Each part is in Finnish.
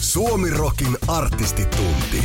Suomi-rokin artistitunti.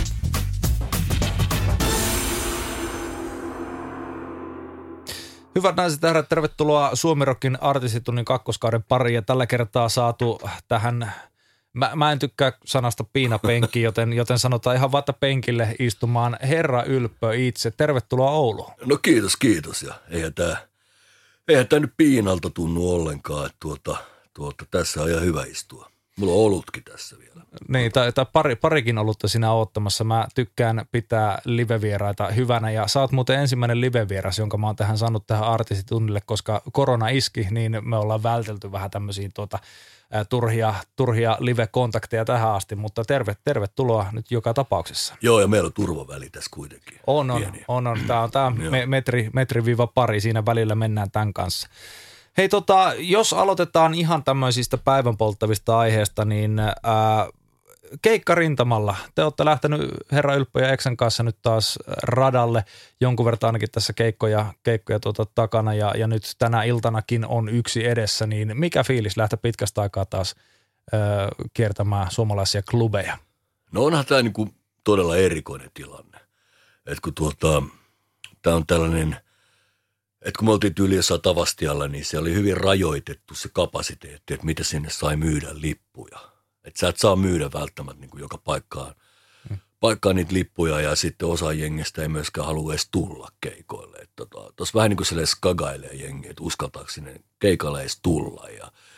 Hyvät naiset ja herrat, tervetuloa Suomi-rokin artistitunnin kakkoskauden pariin. Ja tällä kertaa saatu tähän, mä en tykkää sanasta piinapenkki, joten sanotaan ihan vaikka penkille istumaan Herra Ylppö itse. Tervetuloa Ouluun. No kiitos. Ja eihän tää nyt piinalta tunnu ollenkaan, että tässä on ihan hyvä istua. Mulla on olutkin tässä vielä. Niin, tai parikin olutta sinä oottamassa. Mä tykkään pitää livevieraita hyvänä ja sä oot muuten ensimmäinen livevieras, jonka mä oon saanut tähän artistitunnille, koska korona iski, niin me ollaan vältelty vähän tämmöisiä turhia live-kontakteja tähän asti, mutta tervetuloa nyt joka tapauksessa. Joo, ja meillä on turvaväli tässä kuitenkin. On. Tää on metri-pari, siinä välillä mennään tämän kanssa. Hei jos aloitetaan ihan tämmöisistä päivän polttavista aiheista, niin keikkarintamalla. Te olette lähtenyt Herra Ylppö ja Eksän kanssa nyt taas radalle, jonkun verran ainakin tässä keikkoja takana ja nyt tänä iltanakin on yksi edessä, niin mikä fiilis lähteä pitkästä aikaa taas kiertämään suomalaisia klubeja? No onhan tämä niinku todella erikoinen tilanne, että kun tämä on tällainen, että kun me oltiin tyyliin jossain Tavastialla, niin se oli hyvin rajoitettu se kapasiteetti, että mitä sinne sai myydä lippuja. Että sä et saa myydä välttämättä niin kuin joka paikkaan niitä lippuja ja sitten osa jengistä ei myöskään halua edes tulla keikoille. Tuossa vähän niin kuin silleen skagailee jengi, että uskaltaako sinne keikalle edes tulla.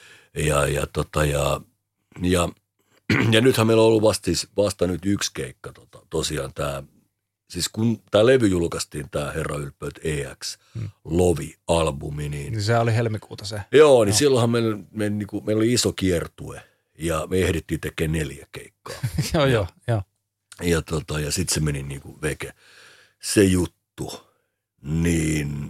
Ja nythän meillä on ollut vasta nyt yksi keikka tosiaan tämä. Siis kun tämä levy julkaistiin, tämä Herra Ylppö EX Lovi-albumi. Niin se oli helmikuuta se. Joo, niin silloinhan meillä oli iso kiertue ja me ehdittiin tekemään 4 keikkaa. Joo. Ja sitten se meni niin kuin veke. Se juttu, niin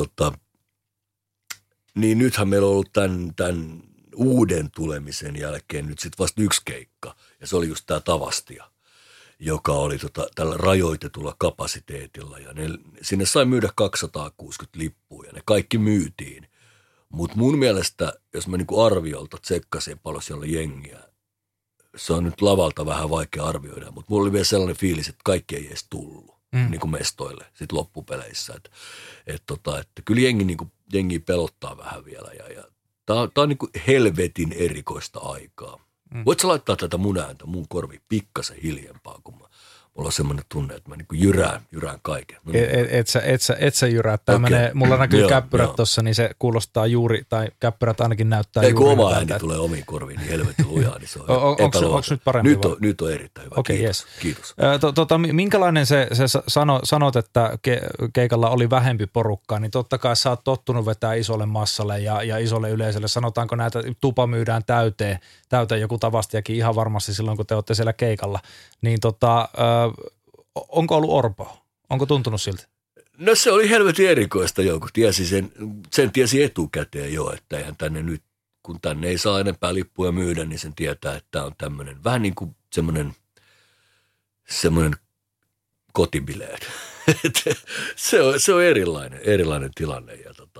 nythän meillä on ollut tämän uuden tulemisen jälkeen nyt sitten vasta yksi keikka. Ja se oli just tämä Tavastia, joka oli tällä rajoitetulla kapasiteetilla ja sinne sai myydä 260 lippua ja ne kaikki myytiin. Mutta mun mielestä, jos mä niinku arviolta tsekkasin paljon siellä jengiä, se on nyt lavalta vähän vaikea arvioida, mutta mulla oli vielä sellainen fiilis, että kaikki ei edes tullut niinku mestoille sit loppupeleissä. Että kyllä jengi pelottaa vähän vielä ja tää on niinku helvetin erikoista aikaa. Voit sä laittaa tätä mun ääntä mun korviin pikkasen hiljempaa, kun mulla on semmoinen tunne, että mä niinku jyrään kaiken. Et sä jyrää. Mulla näkyy käppyrät tossa, niin se kuulostaa juuri, tai käppyrät ainakin näyttää juuri. Kun oma ääni tulee omiin korviin, niin helvetin lujaa, niin se on Onko nyt parempi? Nyt on erittäin hyvä. Okei, Kiitos. Minkälainen se sanot, että keikalla oli vähempi porukkaa, niin totta kai sä oot tottunut vetää isolle massalle ja isolle yleisölle. Sanotaanko näitä tupa myydään täyteen joku Tavastiakin ihan varmasti silloin, kun te olette siellä keikalla. Niin onko ollut orpo? Onko tuntunut siltä? No se oli helvetin erikoista jo, kun sen tiesi etukäteen jo, että eihän tänne nyt, kun tänne ei saa enempää lippuja myydä, niin sen tietää, että tämä on tämmöinen, vähän niin kuin semmoinen kotibileet. se on erilainen tilanne.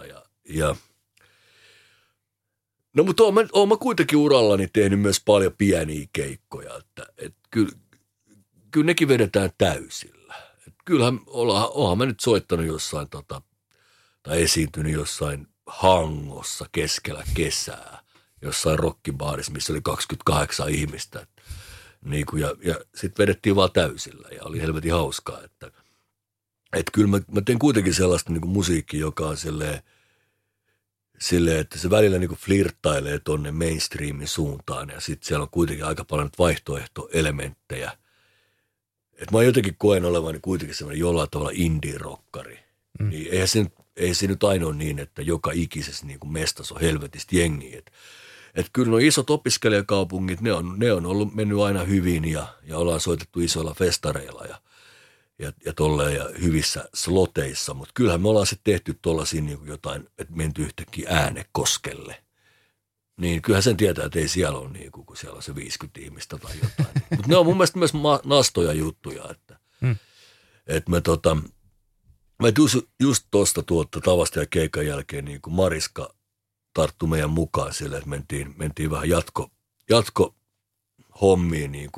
No mutta oon mä kuitenkin urallani tehnyt myös paljon pieniä keikkoja, että kyllä nekin vedetään täysillä. Kyllähän oonhan mä nyt soittanut jossain tai esiintynyt jossain Hangossa keskellä kesää, jossain rockibaarissa, missä oli 28 ihmistä. Ja sitten vedettiin vaan täysillä ja oli helvetin hauskaa. Että kyllä mä teen kuitenkin sellaista niin kuin musiikkia, joka on silleen, että se välillä niin kuin flirttailee tonne mainstreamin suuntaan ja sitten siellä on kuitenkin aika paljon vaihtoehtoelementtejä. Että mä jotenkin koen olevani kuitenkin semmoinen jollain tavalla indie-rokkari. Niin eihän se nyt ainoa niin, että joka ikisessä niin kuin mestassa on helvetistä jengiä. Että kyllä nuo isot opiskelijakaupungit, ne on ollut mennyt aina hyvin ja ollaan soitettu isoilla festareilla ja tolleen ja hyvissä sloteissa. Mutta kyllähän me ollaan sitten tehty tuollaisia niin kuin jotain, että menty yhtäkkiä Äänekoskelle. Niin kyllähän sen tietää, että ei siellä ole niin kuin, kun siellä on se 50 ihmistä tai jotain. Mutta ne on mun mielestä myös nastoja juttuja, että mä just tuosta Tavasta ja keikan jälkeen niin kuin Mariska tarttui meidän mukaan sille, että mentiin vähän jatko hommiin niin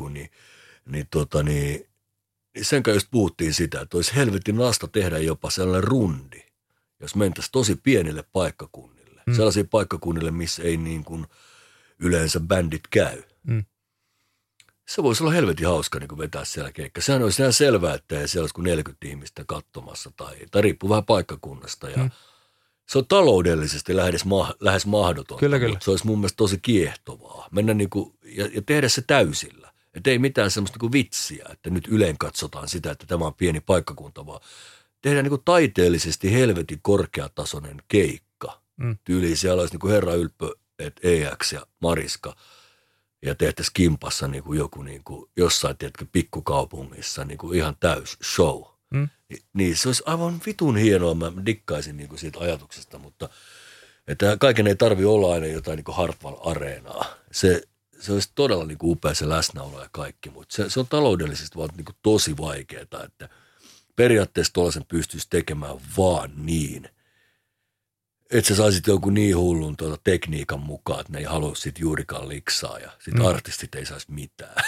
sen kanssa just puhuttiin sitä, että olisi helvetin nasta tehdä jopa sellainen rundi, jos mentäisiin tosi pienille paikkakunnille. Sellaisia paikkakunnille, missä ei niin kuin yleensä bändit käy. Se voisi olla helvetin hauska niin kuin vetää siellä keikka. Sehän olisi ihan selvää, että ei siellä olisi kuin 40 ihmistä katsomassa tai riippuu vähän paikkakunnasta. Ja se on taloudellisesti lähes mahdotonta, kyllä. Mutta se olisi mun mielestä tosi kiehtovaa. Mennä niin kuin, ja tehdä se täysillä. Että ei mitään semmoista niin kuin vitsiä, että nyt yleen katsotaan sitä, että tämä on pieni paikkakunta, vaan tehdään niin kuin taiteellisesti helvetin korkeatasoinen keikka. Tyyliin siellä olisi niin kuin Herra Ylppö, EX ja Mariska ja tehtäisiin kimpassa niin kuin joku niin kuin jossain pikkukaupungissa niin kuin ihan täys show. Niin se olisi aivan vitun hienoa, mä dikkaisin niin kuin siitä ajatuksesta, mutta että kaiken ei tarvitse olla aina jotain niin kuin Hartwall-areenaa. Se olisi todella niin kuin upea se läsnäolo ja kaikki, mutta se on taloudellisesti vaan niin kuin tosi vaikeaa, että periaatteessa tuollaisen pystyisi tekemään vaan niin, että sä saisit jonkun niin hullun tekniikan mukaan, että ne ei halua sit juurikaan liksaa ja sit artistit ei saisi mitään.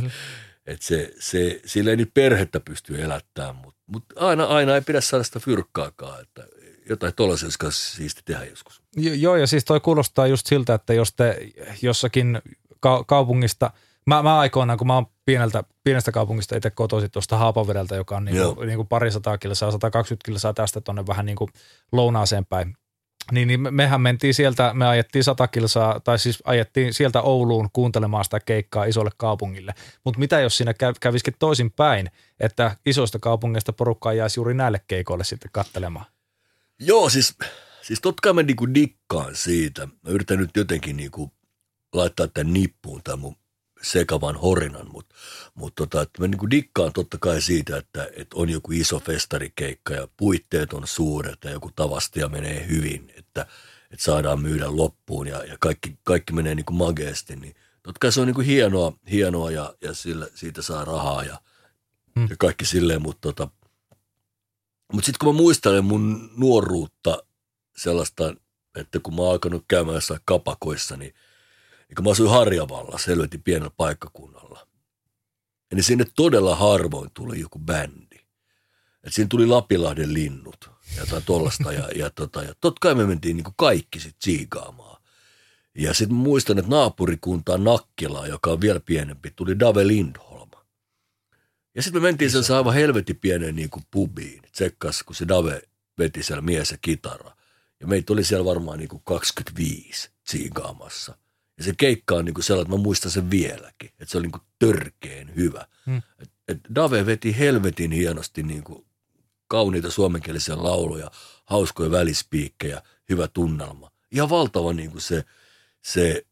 Sillä ei nyt perhettä pysty elättämään, mutta aina ei pidä saada sitä fyrkkaakaan, että jotain tuollaisia olisi siisti tehdä joskus. Joo, ja siis toi kuulostaa just siltä, että jos te jossakin kaupungista, mä aikoinaan, kun mä oon pienestä kaupungista itse kotoisin tuosta Haapavedeltä, joka on niinku parisataa kilsaa, 120 kilsaa tästä tuonne vähän niin kuin lounaaseen päin. Niin mehän mentiin sieltä, me ajettiin 100 kilsaa, tai siis ajettiin sieltä Ouluun kuuntelemaan sitä keikkaa isolle kaupungille. Mutta mitä jos siinä kävisikin toisin päin, että isoista kaupungeista porukkaa jäisi juuri näille keikoille sitten katselemaan? Joo, siis totta kai mä niinku dikkaan siitä. Mä yritän nyt jotenkin niinku laittaa tämän nippuun tämän mun sekavan horinan, mutta että mä niinku dikkaan totta kai siitä, että on joku iso festarikeikka ja puitteet on suuret ja joku tavastia menee hyvin, että saadaan myydä loppuun ja kaikki menee niinku mageesti, niin totta kai se on niinku hienoa ja siitä saa rahaa ja kaikki silleen, mutta sitten kun mä muistelen mun nuoruutta sellaista, että kun mä oon alkanut käymään jossain kapakoissa, niin kun mä asuin Harjavallassa, helvetin pienellä paikkakunnalla, niin sinne todella harvoin tuli joku bändi. Että siinä tuli Lapinlahden linnut ja jotain tollasta ja totta kai me mentiin niin kuin kaikki sitten tsiigaamaan. Ja sitten muistan, että naapurikuntaan Nakkilaa, joka on vielä pienempi, tuli Dave Lindholm. Ja sitten me mentiin sen aivan helvetin pieneen niin kuin pubiin. Tsekkas, kun se Dave veti siellä mies ja kitara. Ja meitä oli siellä varmaan niin kuin 25 tsiigaamassa. Ja se keikka on niin kuin sellainen, että mä muistan sen vieläkin. Että se oli niin kuin törkeen hyvä. Et Dave veti helvetin hienosti niin kuin kauniita suomenkielisiä lauluja, hauskoja välispiikkejä, hyvä tunnelma. Ihan valtava niin kuin se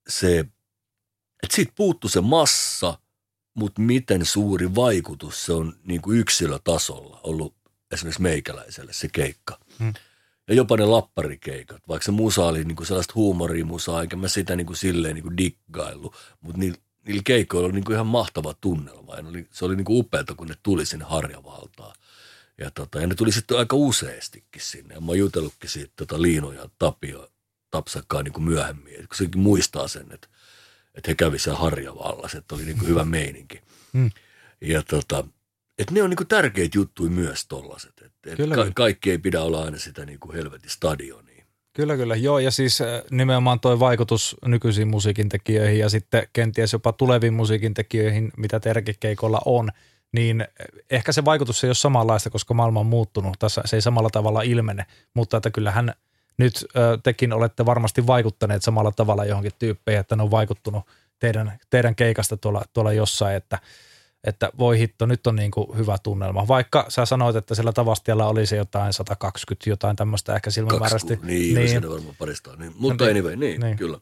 että siitä puuttui se massa, mutta miten suuri vaikutus se on niin kuin yksilötasolla ollut esimerkiksi meikäläiselle se keikka. Ja jopa ne lapparikeikat, vaikka se musa oli niin kuin sellaista huumorimusaa, enkä mä sitä niin kuin silleen niin kuin diggaillut, mutta niillä keikoilla oli niin kuin ihan mahtava tunnelma. Ja se oli niin kuin upeata, kun ne tuli sinne Harjavaltaan. Ja ne tuli sitten aika useastikin sinne. Ja mä oon jutellutkin siitä Liino ja Tapio Tapsakkaan niin kuin myöhemmin, kun sekin muistaa sen, että he kävi siellä Harjavallassa, että oli niin kuin hyvä meininki. Ja että ne on niin kuin tärkeitä juttuja myös tollaset. Kaikki ei pidä olla aina sitä niin kuin helvetin stadionia. Kyllä. Joo, ja siis nimenomaan toi vaikutus nykyisiin musiikintekijöihin ja sitten kenties jopa tuleviin musiikintekijöihin, mitä teidänkin keikolla on, niin ehkä se vaikutus ei ole samanlaista, koska maailma on muuttunut. Tässä se ei samalla tavalla ilmene, mutta että kyllähän nyt tekin olette varmasti vaikuttaneet samalla tavalla johonkin tyyppeihin, että ne on vaikuttunut teidän keikasta tuolla jossain, että voi hitto, nyt on niin kuin hyvä tunnelma. Vaikka sä sanoit, että siellä Tavastialla oli se jotain 120, jotain tämmöistä ehkä silmämääräisesti. Niin. Siinä varmaan paristaan. Niin. Mutta anyway, niin, kyllä.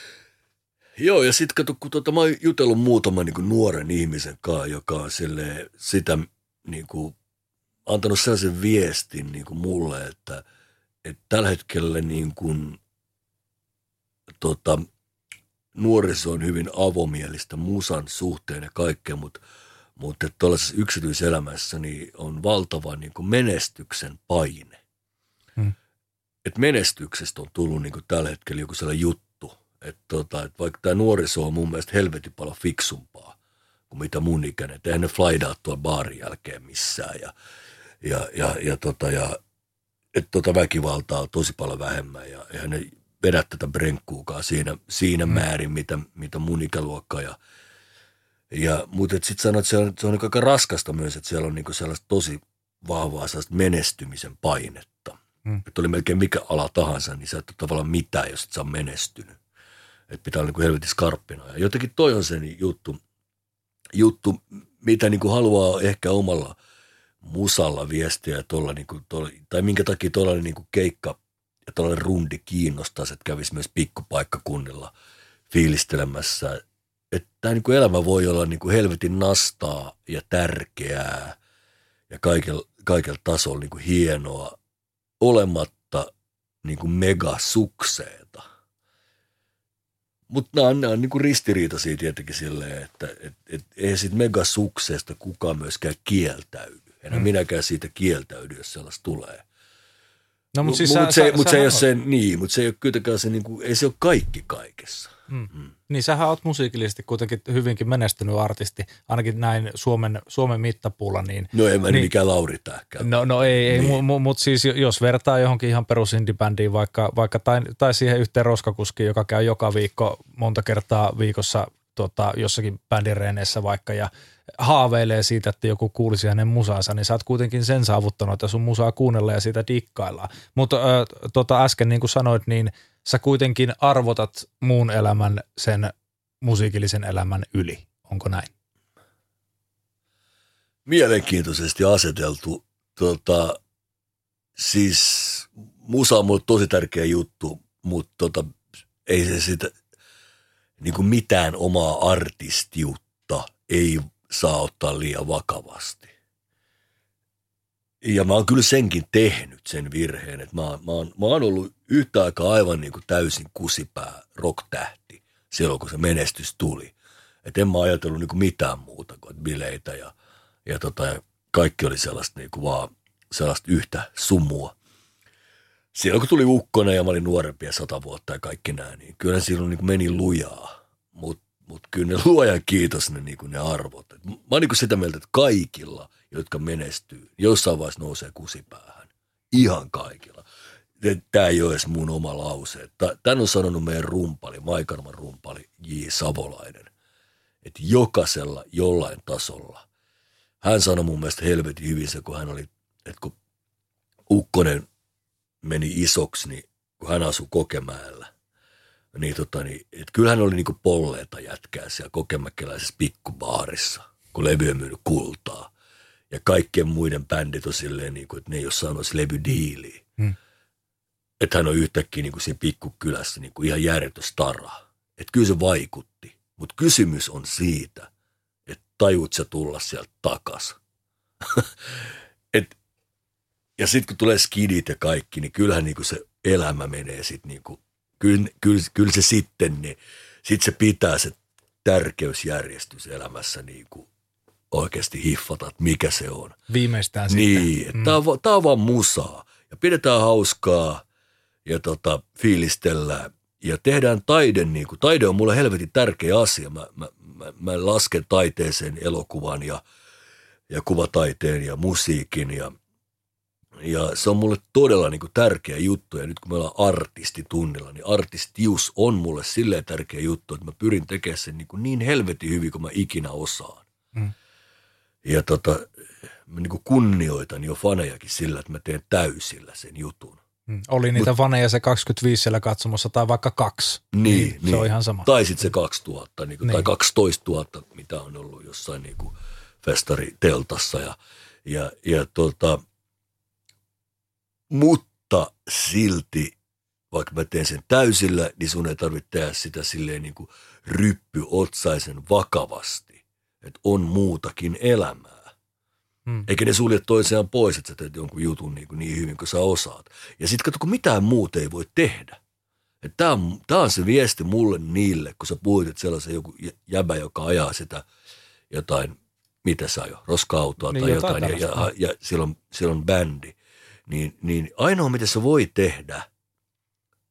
Joo, ja sitten kato, kun mä oon jutellut muutaman niin kuin nuoren ihmisen kanssa, joka on sitä niin kuin antanut sellaisen viestin niin kuin mulle, että tällä hetkellä niin kuin, nuoriso on hyvin avomielistä musan suhteen ja kaikkea, mutta tuollaisessa yksityiselämässä niin on valtava niin kuin menestyksen paine. Että menestyksestä on tullut niin kuin tällä hetkellä joku sellainen juttu, että vaikka tämä nuoriso on mun mielestä helvetin paljon fiksumpaa kuin mitä mun ikäinen. Eihän ne flaidaa tuolla baarin jälkeen missään että väkivaltaa on tosi paljon vähemmän ja eihän ne vedä tätä brenkkuukaan siinä määrin, mitä mun ikäluokka mutta sitten sanoit, että se on aika raskasta myös, että siellä on niinku sellaista tosi vahvaa sellaista menestymisen painetta. Että oli melkein mikä ala tahansa, niin sä et ole tavallaan mitään, jos et sä on menestynyt. Että pitää olla niinku helvetin skarppina. Ja jotenkin toi on se juttu mitä niinku haluaa ehkä omalla musalla viestiä tai minkä takia tuollainen niinku keikka ja tuollainen rundi kiinnostaisi, että kävisi myös pikkupaikkakunnilla fiilistelemässä. Että tämä niinku elämä voi olla niinku helvetin nastaa ja tärkeää ja kaikella tasolla niinku hienoa olematta niinku megasukseeta. Mutta nämä on niinku ristiriitaisia tietenkin silleen, että ei siitä megasukseesta kukaan myöskään kieltäydy. Enää minäkään siitä kieltäydy, jos sellaista tulee. No, mutta siis se ei ole kuitenkaan se, niinku, ei se ole kaikki kaikessa. Niin sähän oot musiikillisesti kuitenkin hyvinkin menestynyt artisti, ainakin näin Suomen mittapuulla. Niin, no en mä mikään Lauri Tähkää. No ei, niin. Mutta siis jos vertaa johonkin ihan perus indie-bändiin vaikka tai siihen yhteen roskakuskiin, joka käy joka viikko monta kertaa viikossa jossakin bändireeneissä vaikka ja haaveilee siitä, että joku kuulisi hänen musaansa, niin sä oot kuitenkin sen saavuttanut, että sun musaa kuunnella ja siitä dikkaillaan. Mutta äsken niin kuin sanoit, niin sä kuitenkin arvotat muun elämän sen musiikillisen elämän yli. Onko näin? Mielenkiintoisesti aseteltu. Siis musa on mulle tosi tärkeä juttu, mutta ei se sitä niin kuin mitään omaa artistiutta ei saa ottaa liian vakavasti. Ja mä oon kyllä senkin tehnyt, sen virheen, että mä oon ollut yhtä aikaa aivan niin kuin täysin kusipää rock-tähti silloin, kun se menestys tuli. Että en mä ajatellut niin kuin mitään muuta kuin bileitä ja kaikki oli sellaista niin kuin vaan sellaista yhtä sumua. Silloin kun tuli Ukkonen ja mä olin nuorempi ja 100 vuotta ja kaikki nämä, niin kyllä silloin niin kuin meni lujaa. Mutta kyllä ne luojan kiitos ne arvot. Mä oon niin kuin sitä mieltä, että kaikilla, jotka menestyy, jossain vaiheessa nousee kusipäähän. Ihan kaikilla. Tämä ei ole edes mun oma lause. Tän on sanonut meidän rumpali, Maikarman rumpali J. Savolainen. Että jokaisella jollain tasolla. Hän sanoi mun mielestä helvetin hyvin se, kun hän oli, että kun Ukkonen meni isoksi, niin kun hän asui Kokemäellä, niin, että kyllä hän oli niinku polleeta jätkää siellä kokemäkeläisessä pikkubaarissa, kun levy on myynyt kultaa. Ja kaikkien muiden bändit on silleen, niinku, että ne ei ole saanut levydiiliä. Että hän on yhtäkkiä niinku siinä pikkukylässä niinku ihan järjetön stara. Että kyllä se vaikutti. Mutta kysymys on siitä, että tajuut sä tulla sieltä takas. Ja sitten kun tulee skidit ja kaikki, niin kyllähän niinku se elämä menee sitten niinku, kyllä se sitten, niin sitten se pitää se tärkeysjärjestys elämässä niinku oikeasti hiffata, että mikä se on. Viimeistään niin, sitten. Tämä on vaan musaa. Ja pidetään hauskaa ja fiilistellään. Ja tehdään taide, niinku, taide on mulle helvetin tärkeä asia. Mä lasken taiteeseen elokuvan ja kuvataiteen ja musiikin ja se on mulle todella niinku tärkeä juttu. Ja nyt kun me ollaan artistitunnilla, niin artistius on mulle silleen tärkeä juttu, että mä pyrin tekemään sen niin helvetin hyvin, kuin mä ikinä osaan. Ja mä niinku kunnioitan jo fanejakin sillä, että mä teen täysillä sen jutun. Oli niitä faneja se 25 siellä katsomassa tai vaikka 2. Niin. Se on ihan sama. Tai sitten se 2000 niin. Tai 12 000, mitä on ollut jossain niinku festariteltassa. Mutta silti, vaikka mä teen sen täysillä, niin sun ei tarvitse tehdä sitä silleen niinku ryppyotsaisen vakavasti. Että on muutakin elämää. Eikä ne sulje toisiaan pois, että sä teet jonkun jutun niin hyvin kuin sä osaat. Ja sitten katso, kun mitään muuta ei voi tehdä. Tämä on se viesti mulle niille, kun sä puhuit, että sellaisen joku jäbä, joka ajaa sitä jotain, mitä sä ajoi, roska-autoa niin, tai jotain, ja siellä on bändi. Niin ainoa, mitä sä voi tehdä,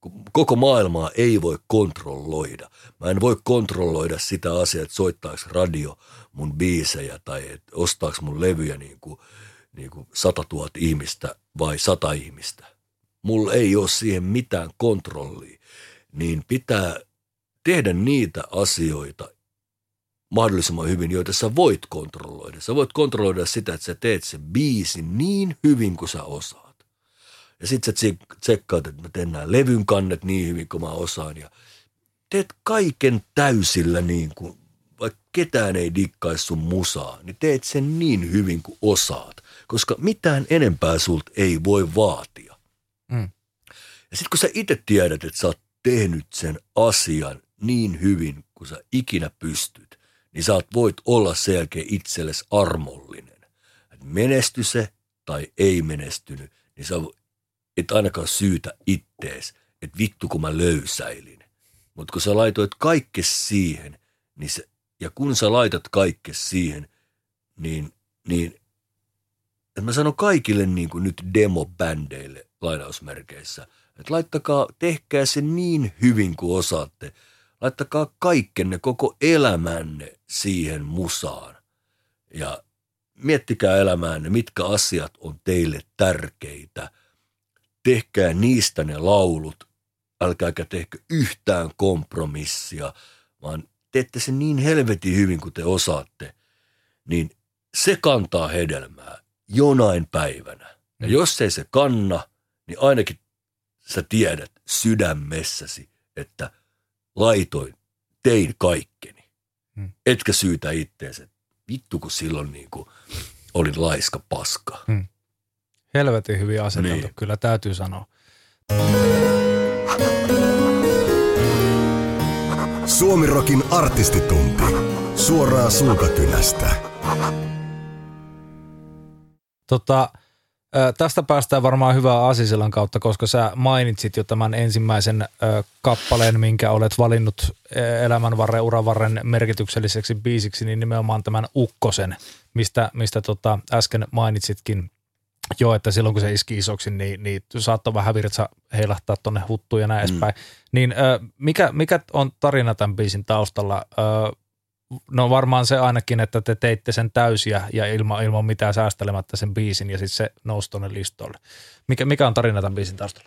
Koko maailmaa ei voi kontrolloida. Mä en voi kontrolloida sitä asiaa, että soittaako radio mun biisejä tai että ostaako mun levyjä niin kuin 100 000 ihmistä vai 100 ihmistä. Mulla ei ole siihen mitään kontrollia. Niin pitää tehdä niitä asioita mahdollisimman hyvin, joita sä voit kontrolloida. Sä voit kontrolloida sitä, että sä teet sen biisin niin hyvin kuin sä osaat. Ja sit sä tsekkaat, että mä teen nämä levyn kannet niin hyvin kuin mä osaan. Ja teet kaiken täysillä niin kuin, vaikka ketään ei dikkaisi sun musaa, niin teet sen niin hyvin kuin osaat. Koska mitään enempää sulta ei voi vaatia. Ja sit kun sä itse tiedät, että sä oot tehnyt sen asian niin hyvin kuin sä ikinä pystyt, niin sä voit olla sen jälkeen itsellesi armollinen. Et menesty se tai ei menestynyt, niin sä et ainakaan syytä ittees, että vittu kun mä löysäilin. Mutta kun sä laitoit kaikke siihen, niin ja kun sä laitat kaikke siihen, niin että mä sanon kaikille niin kuin nyt demobändeille lainausmerkeissä, että laittakaa, tehkää se niin hyvin kuin osaatte. Laittakaa kaikkenne, koko elämänne siihen musaan. Ja miettikää elämäänne, mitkä asiat on teille tärkeitä. Tehkää niistä ne laulut. Älkääkä tehkö yhtään kompromissia, vaan teette sen niin helvetin hyvin kuin te osaatte. Niin se kantaa hedelmää jonain päivänä. Ja jos ei se kanna, niin ainakin sä tiedät sydämessäsi, että tein kaikkeni. Etkä syytä itteensä. Vittu kun silloin niin kuin olin laiska paska. Helvetin hyvin aseteltu, niin. Kyllä täytyy sanoa. Suomi-rokin artistitunti. Suoraa sulkakynästä. Tästä päästään varmaan hyvää aasisillan kautta, koska sä mainitsit jo tämän ensimmäisen kappaleen, minkä olet valinnut elämänvarren, uravarren merkitykselliseksi biisiksi, niin nimenomaan tämän Ukkosen, mistä äsken mainitsitkin jo, että silloin kun se iski isoksi, niin saattoi vähän virtsa heilahtaa tuonne huttuun ja näin edespäin. Niin mikä on tarina tämän biisin taustalla? No varmaan se ainakin, että te teitte sen täysiä ja ilman mitään säästelemättä sen biisin ja sitten se nousi tuonne listoille. Mikä on tarina tämän biisin taustalla?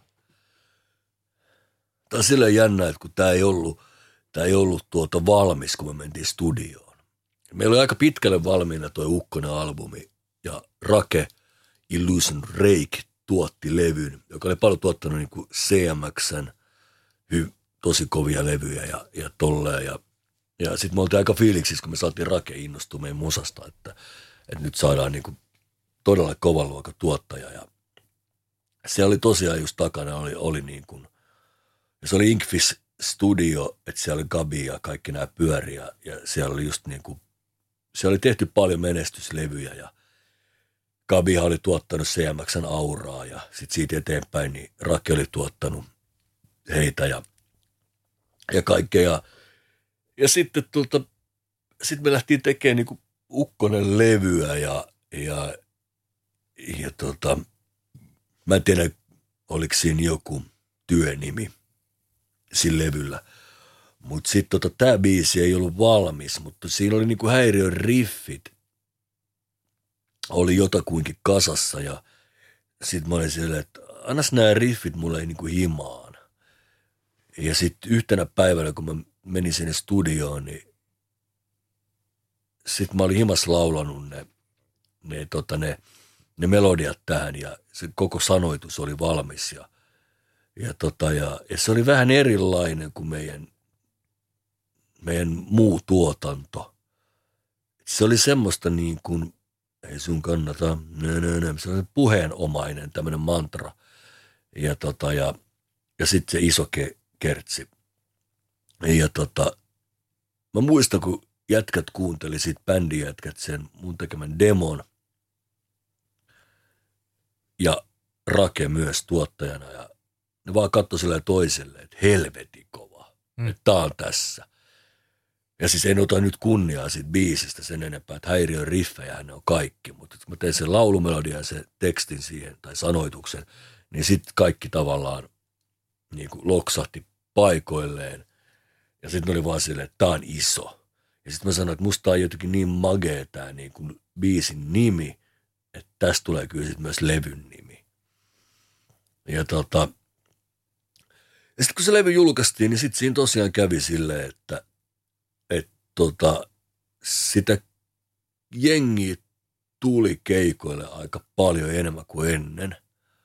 Tämä on silleen jännä, että kun tämä ei ollut valmis, kun me mentiin studioon. Meillä oli aika pitkälle valmiina tuo Ukkonen-albumi ja Rake Illusion Rake tuotti levyn, joka oli paljon tuottanut niin kuin CMX:n tosi kovia levyjä ja tolleen. Ja sitten me oltiin aika fiiliksissä, kun me saatiin Rake innostua meidän musasta, että nyt saadaan niin kuin todella kovan luokan tuottaja. Ja se oli tosiaan just takana, oli niin kuin, ja se oli Inkfish Studio, että siellä oli Gabi ja kaikki nämä pyöriä. Ja siellä oli just niin kuin, siellä oli tehty paljon menestyslevyjä ja Gabi oli tuottanut CMX:n auraa ja sitten siitä eteenpäin niin Rake oli tuottanut heitä ja kaikkea. Ja sitten me lähtiin tekemään niinku Ukkonen levyä ja mä en tiedä, oliko siinä joku työnimi sillä levyllä. Mutta sitten tämä biisi ei ollut valmis, mutta siinä oli niinku häiriön riffit. Oli jotakuinkin kasassa ja sitten mä olin siellä, että annas nämä riffit mulle niinku himaan. Ja sitten yhtenä päivänä, kun mä menin sinne studioon, niin sitten mä olin himas laulanut ne melodiat tähän ja se koko sanoitus oli valmis ja se oli vähän erilainen kuin meidän muu tuotanto. Se oli semmoista niin kuin, ei sun kannata, se oli puheenomainen tämmöinen mantra ja sitten se iso kertsi. Ja mä muistan, kun jätkät kuunteli, bändin jätkät sen mun tekemän demon ja Rake myös tuottajana ja ne vaan katsoi silleen toiselle, että helvetin kova, että tää on tässä. Ja siis en ota nyt kunniaa siitä biisistä sen enempää, että häiriön riffejähän ne on kaikki, mutta kun mä tein sen laulumelodian ja sen tekstin siihen tai sanoituksen, niin sitten kaikki tavallaan niin kuin loksahti paikoilleen. Ja sitten oli vaan silleen, että tää on iso. Ja sitten mä sanoin, että musta on jotenkin niin magea tää niin kuin biisin nimi, että tästä tulee kyllä sitten myös levyn nimi. Ja sitten kun se levy julkaistiin, niin sitten siinä tosiaan kävi silleen, että sitä jengiä tuli keikoille aika paljon enemmän kuin ennen.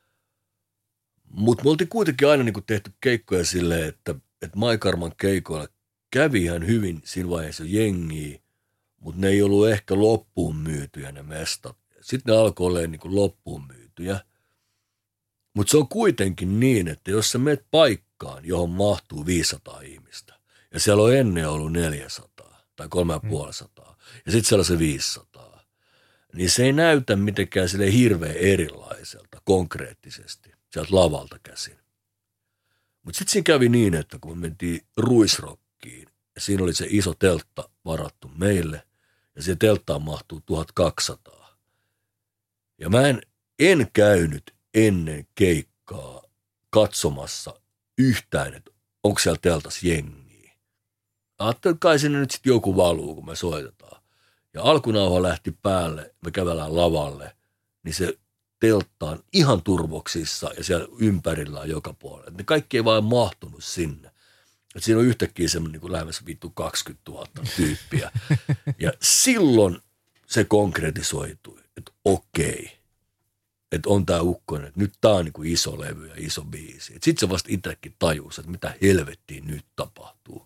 Mutta me oltiin kuitenkin aina niinku tehty keikkoja silleen, että My Karman keikoilla kävi ihan hyvin siinä vaiheessa jengiä, mutta ne ei ollut ehkä loppuun myytyjä ne mestat. Sitten ne alkoi olemaan niinku loppuun myytyjä. Mutta se on kuitenkin niin, että jos sä menet paikkaan, johon mahtuu 500 ihmistä, ja siellä on ennen ollut 400 tai 350, ja sitten siellä on se 500, niin se ei näytä mitenkään sille hirveän erilaiselta konkreettisesti sieltä lavalta käsin. Mutta sitten siinä kävi niin, että kun me mentiin Ruisrockiin, ja siinä oli se iso teltta varattu meille, ja siihen telttaan mahtuu 1200. Ja mä en käynyt ennen keikkaa katsomassa yhtään, että onko siellä teltassa jengiä. Ajattelin, että kai sinne nyt sitten joku valuu, kun me soitetaan. Ja alkunauha lähti päälle, me kävellään lavalle, niin se teltta on ihan turvoksissa ja siellä ympärillä on joka puolella. Ne kaikki ei vaan mahtunut sinne. Et siinä on yhtäkkiä semmoinen niin kuin lähemmäs 20 000 tyyppiä. Ja silloin se konkretisoitui, että okei. Että on tää ukkonen, että nyt tää on niin kuin iso levy ja iso biisi. Sitten se vasta itsekin tajusi, että mitä helvettiä nyt tapahtuu.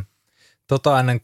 Ennen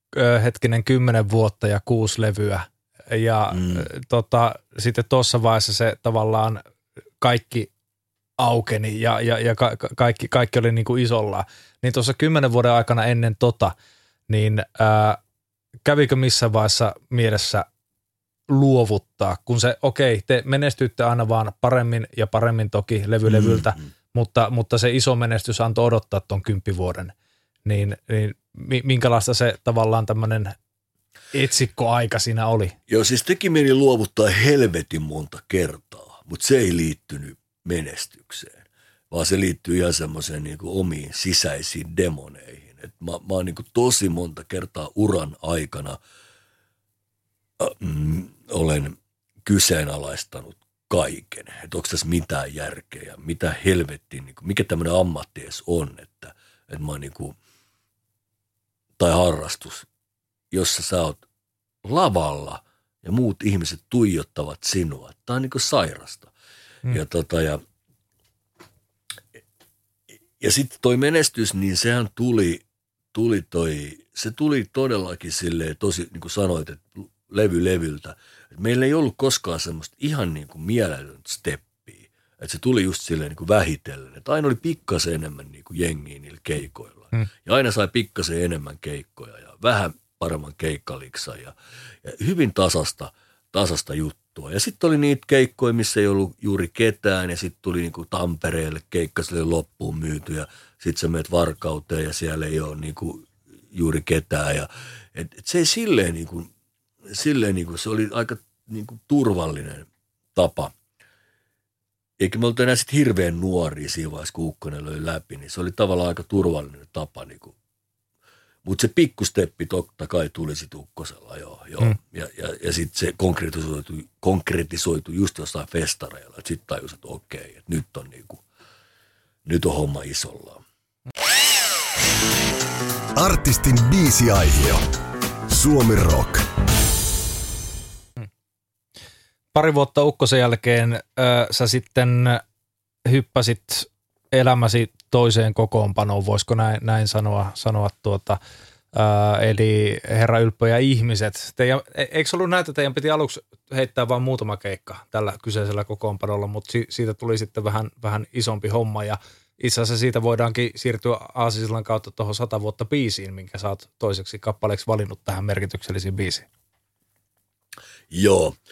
10 vuotta ja 6 levyä. Ja sitten tuossa vaiheessa se tavallaan kaikki aukeni ja kaikki oli niin kuin isolla. Niin tuossa 10 vuoden aikana ennen niin kävikö missään vaiheessa mielessä luovuttaa, kun se, te menestyitte aina vaan paremmin ja paremmin toki levylevyltä, mutta se iso menestys antoi odottaa tuon 10 vuoden. Niin minkälaista se tavallaan tämmöinen etsikkoaika siinä oli? Joo, siis teki mieli luovuttaa helvetin monta kertaa, mutta se ei liittynyt menestykseen, vaan se liittyy ihan semmoiseen niin kuin omiin sisäisiin demoneihin. Et mä oon niin kuin tosi monta kertaa uran aikana olen kyseenalaistanut kaiken, että onko tässä mitään järkeä, mitä helvettiä, niin kuin, mikä tämmöinen ammatti edes on, että mä oon niin kuin, tai harrastus, jossa sä oot lavalla ja muut ihmiset tuijottavat sinua. Tämä on niin kuin sairasta. Ja sitten toi menestys, niin sehän tuli todellakin silleen tosi, niin kuin sanoit, että levyltä. Et meillä ei ollut koskaan semmoista ihan niin kuin mieletöntä steppiä. Että se tuli just silleen niin kuin vähitellen. Että aina oli pikkasen enemmän niin kuin jengiä niillä keikoilla. Ja aina sai pikkasen enemmän keikkoja ja vähän paremman keikkaliksan ja hyvin tasasta juttua. Ja sitten oli niitä keikkoja, missä ei ollut juuri ketään ja sitten tuli niinku Tampereelle keikka, se oli loppuun myyty ja sitten sä menet Varkauteen ja siellä ei ole niinku juuri ketään. Ja, et se ei silleen niinku, se oli aika niinku turvallinen tapa. Eikä me oltu enää sitten hirveän nuoria siinä vaiheessa, kun ukkonen löi läpi, niin se oli tavallaan aika turvallinen tapa niinku. Mutta se pikkusteppi totta kai tuli sitten ukkosella, joo. Ja sitten se konkretisoitui just jossain festareilla. Sitten tajusin, että okei, että nyt on homma isollaan. Artistin biisiaihio. Suomi Rock. Pari vuotta ukkosen jälkeen sä sitten hyppäsit elämäsi toiseen kokoonpanoon, voisiko näin sanoa eli Herra Ylppö ja ihmiset. Eikö ollut näitä, että teidän piti aluksi heittää vain muutama keikka tällä kyseisellä kokoonpanolla, mutta siitä tuli sitten vähän isompi homma ja itse asiassa siitä voidaankin siirtyä Aasisillan kautta tuohon 100 vuotta biisiin, minkä sä oot toiseksi kappaleeksi valinnut tähän merkityksellisiin biisiin. Joo.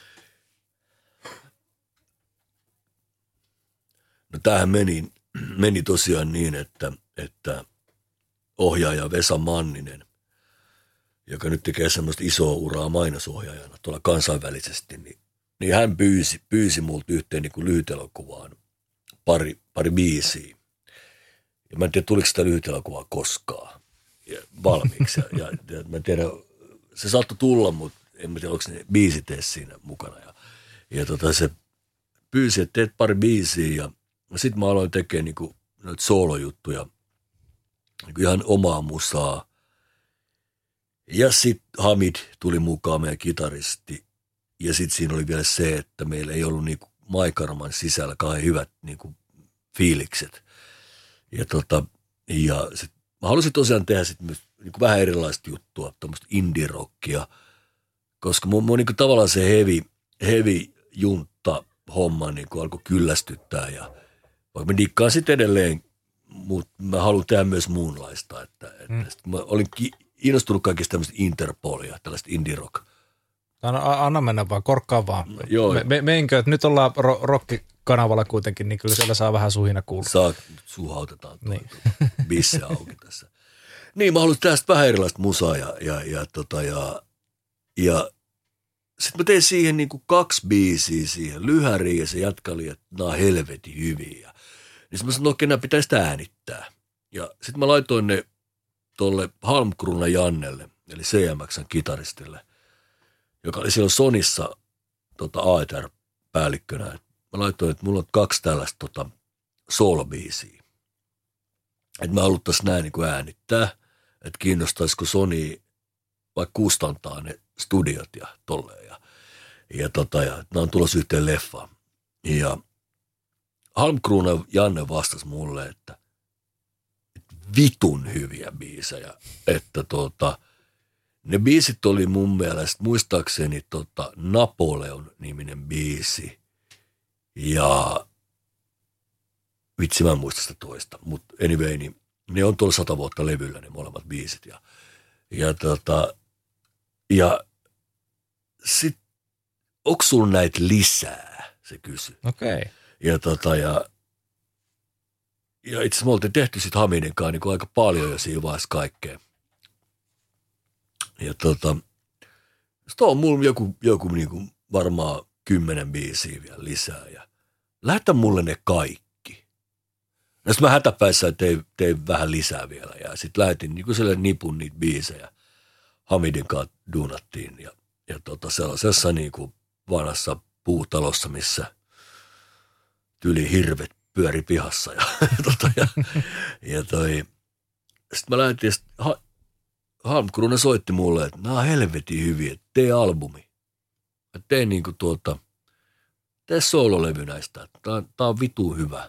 No tämähän meni tosiaan niin, että ohjaaja Vesa Manninen, joka nyt tekee semmoista isoa uraa mainosohjaajana tuolla kansainvälisesti, niin hän pyysi multa yhteen niin kuin lyhytelokuvaan pari biisiä. Ja mä en tiedä, tuliko sitä lyhyt elokuvaa koskaan valmiiksi. Ja mä en tiedä, se saattoi tulla, mutta en mä tiedä, onko ne biisit edes siinä mukana. Ja se pyysi, että teet pari biisiä ja sitten mä aloin tekemään niinku noita soolojuttuja, niinku ihan omaa musaa. Ja sitten Hamid tuli mukaan, meidän kitaristi. Ja sitten siinä oli vielä se, että meillä ei ollut niinku Maikarman sisällä kauhean hyvät niinku fiilikset. Ja sit mä halusin tosiaan tehdä sitten myös niinku vähän erilaista juttua, tämmöistä indie-rockia, koska mun niinku tavallaan se heavy juntta homma niinku alkoi kyllästyttää ja vaikka mä dikkaan sitten edelleen, mutta mä haluan tehdä myös muunlaista. Mä olin innostunut kaikista tämmöistä Interpolia, tällaista indie-rock. Anna mennä vaan, korkkaa vaan. Joo. Meinkö, että nyt ollaan rokkikanavalla kuitenkin, niin kyllä siellä saa vähän suhina kuulla. Saa, suhautetaan bisse auki tässä. Niin, mä haluan tästä vähän erilaista musaa ja sitten mä tein siihen niinku 2 biisiä siihen lyhäriin ja se jatka oli, että nämä on helvetin hyviä. Niin sitten mä sanoin, okei, nämä pitäisi äänittää. Ja sitten mä laitoin ne tolle Halmkruna Jannelle, eli CMX:n kitaristille, joka oli silloin Sonissa AETR-päällikkönä. Mä laitoin, että mulla on 2 tällaista soolobiisiä. Että me haluttaisiin näin niin kuin äänittää, että kiinnostaisiko Sony vaikka kustantaa ne studiot ja tolleen. Ja nämä on tulossa yhteen leffaan. Ja Halmkruna Janne vastasi mulle, että vitun hyviä biisejä. Että ne biisit oli mun mielestä, muistaakseni Napoleon-niminen biisi. Ja vitsi, mä en muista sitä toista. Mutta anyway, niin ne on tuolla 100 vuotta levyllä ne molemmat biisit. Ja sit, onko sulla näitä lisää, se kysyi. Okei. Ja itse asiassa me oltiin tehty sit Hamidin kanssa niin aika paljon jo siinä vaiheessa kaikkea. Ja sitten on mulla joku niin kuin varmaan 10 biisiä vielä lisää ja lähetä mulle ne kaikki. Ja sitten mä hätäpäissä tein vähän lisää vielä ja sitten lähetin niin kuin sellainen nipun niitä biisejä. Hamidin kanssa duunattiin ja sellaisessa niin kuin vanhassa puutalossa, missä tyli hirvet pyöri pihassa. Sitten mä lähetin, Halmkruna soitti mulle, että nämä on helvetin hyviä, että tee albumi. Että tee niinku tee soololevy näistä, tää on vitu hyvä.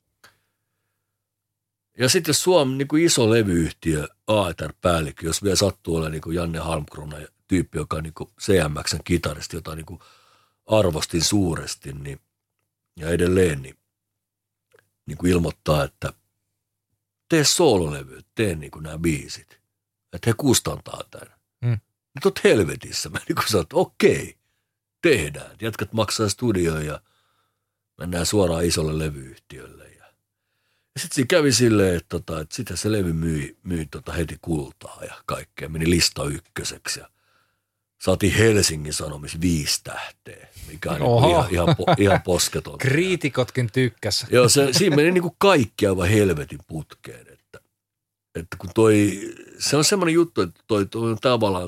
Ja sitten jos Suomi niinku iso levyyhtiö, AETR-päällikkö, jos vielä sattuu olla niinku Janne Halmkruna, tyyppi, joka on niinku CMX:n kitaristi, jota niinku arvostin suuresti, niin, ja edelleen, niin kuin ilmoittaa, että tee soololevy, tee niinku nämä biisit. Että he kustantaa tämän. Nyt oot helvetissä. Mä niin kuin sanoin, että okei, tehdään. Jätkät maksaa studioon ja mennään suoraan isolle levyyhtiölle. Ja sitten siinä kävi silleen, että sitten se levy myi heti kultaa ja kaikkea. Meni lista 1. Ja saatiin Helsingin Sanomissa 5 tähteä, mikä on ihan posketon. Kriitikotkin tykkäs. Joo, siinä meni niin kuin kaikki aivan helvetin putkeen. Että kun se on semmoinen juttu, että toi tavallaan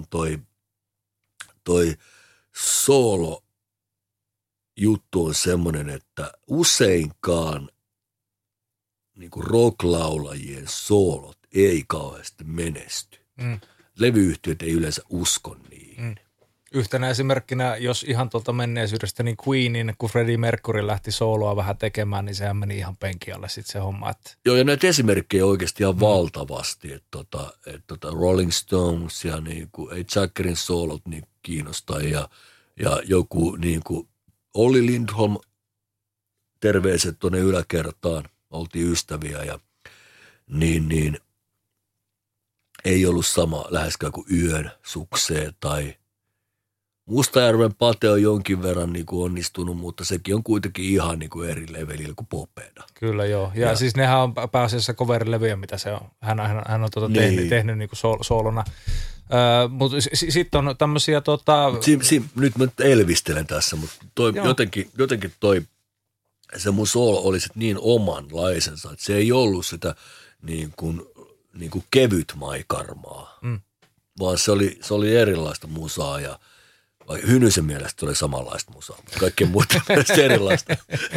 toi soolo juttu on semmoinen, että useinkaan niin kuin rocklaulajien soolot ei kauheasti menesty. Levyyhtiöt ei yleensä usko niihin. Yhtenä esimerkkinä, jos ihan tuolta menneisyydestä, niin Queenin, kun Freddie Mercury lähti sooloa vähän tekemään, niin sehän meni ihan penkialle sitten se homma. Että. Joo, ja näitä esimerkkejä oikeasti ihan valtavasti, että Rolling Stones ja niin kuin, ei Jaggerin soolot niin kiinnostaa, ja joku niin kuin Olli Lindholm, terveiset tuonne yläkertaan, oltiin ystäviä, ja niin ei ollut sama läheskään kuin Yön sukseen tai Mustajärven Pate on jonkin verran niin kuin onnistunut, mutta sekin on kuitenkin ihan niin kuin eri levelillä kuin Popeda. Kyllä joo. Ja siis nehän on pääasiassa cover-levyjä, mitä se on. Hän on tehnyt niin kuin soolona. Mutta sitten on tämmöisiä nyt mä elvistelen tässä, mutta jotenkin se mun soolo oli sit niin omanlaisensa, että se ei ollut sitä niin kuin kevyt Maikarmaa, vaan se oli erilaista musaa ja vai Hynysen mielestä oli samanlaista musaa, mutta kaikkien muuten erilaista.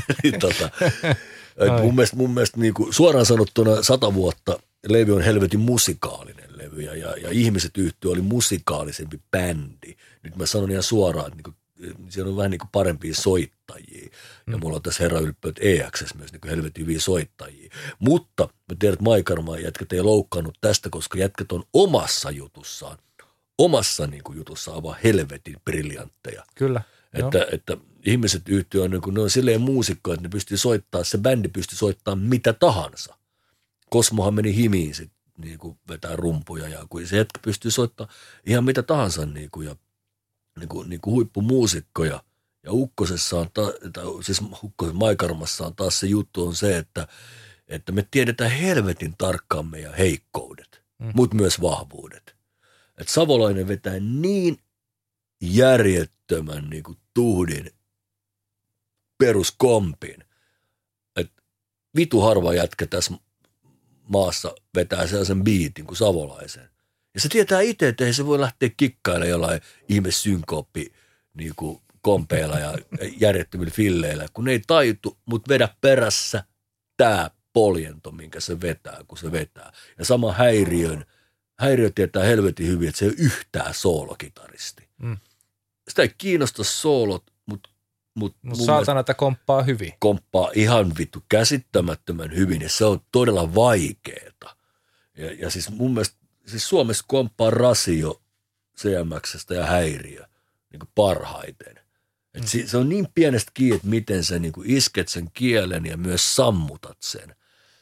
Mun mielestä niin kuin, suoraan sanottuna 100 vuotta levy on helvetin musikaalinen levy ja Ihmiset yhtye oli musikaalisempi bändi. Nyt mä sanon ihan suoraan, että niin kuin, siellä on vähän niin kuin parempia soittajia ja mulla on tässä Herra Ylppöyt EXS myös niin kuin helvetin hyviä soittajia. Mutta mä tiedän, että Maikarmaa jätkät ei loukkaannut tästä, koska jätkät on omassa jutussaan niin kuin jutussaan vaan helvetin briljantteja. Kyllä. Että Ihmiset yhtye on, niin kuin, ne on silleen muusikkoja, että ne pystyy soittamaan, se bändi pystyy soittamaan mitä tahansa. Kosmohan meni himiin sit, niin kuin vetää rumpuja ja kun se jätkä pystyy soittamaan ihan mitä tahansa niin kuin, ja niin kuin huippumuusikkoja. Ja siis Ukkosen Maikarmassa on taas se juttu on se, että me tiedetään helvetin tarkkaan meidän heikkoudet, mutta myös vahvuudet. Että Savolainen vetää niin järjettömän niin kuin tuhdin peruskompin, että vitu harva jätkä tässä maassa vetää sellaisen biitin kuin Savolaisen. Ja se tietää itse, että ei se voi lähteä kikkailemaan jollain ihme synkooppi niin kuin kompeilla ja järjettömillä filleillä, kun ne ei taitu, mutta vedä perässä tää poljento, minkä se vetää, kun se vetää. Ja sama Häiriö tietää helvetin hyvin, että se ei ole yhtään soolokitaristi. Sitä ei kiinnosta soolot, mutta saatana, että komppaa hyvin. Komppaa ihan vittu käsittämättömän hyvin ja se on todella vaikeeta. Ja siis mun mielestä siis Suomessa komppaa Rasio, CMX:stä ja Häiriö niin kuin parhaiten. Et se on niin pienestä kiinni, että miten sä niin kuin isket sen kielen ja myös sammutat sen.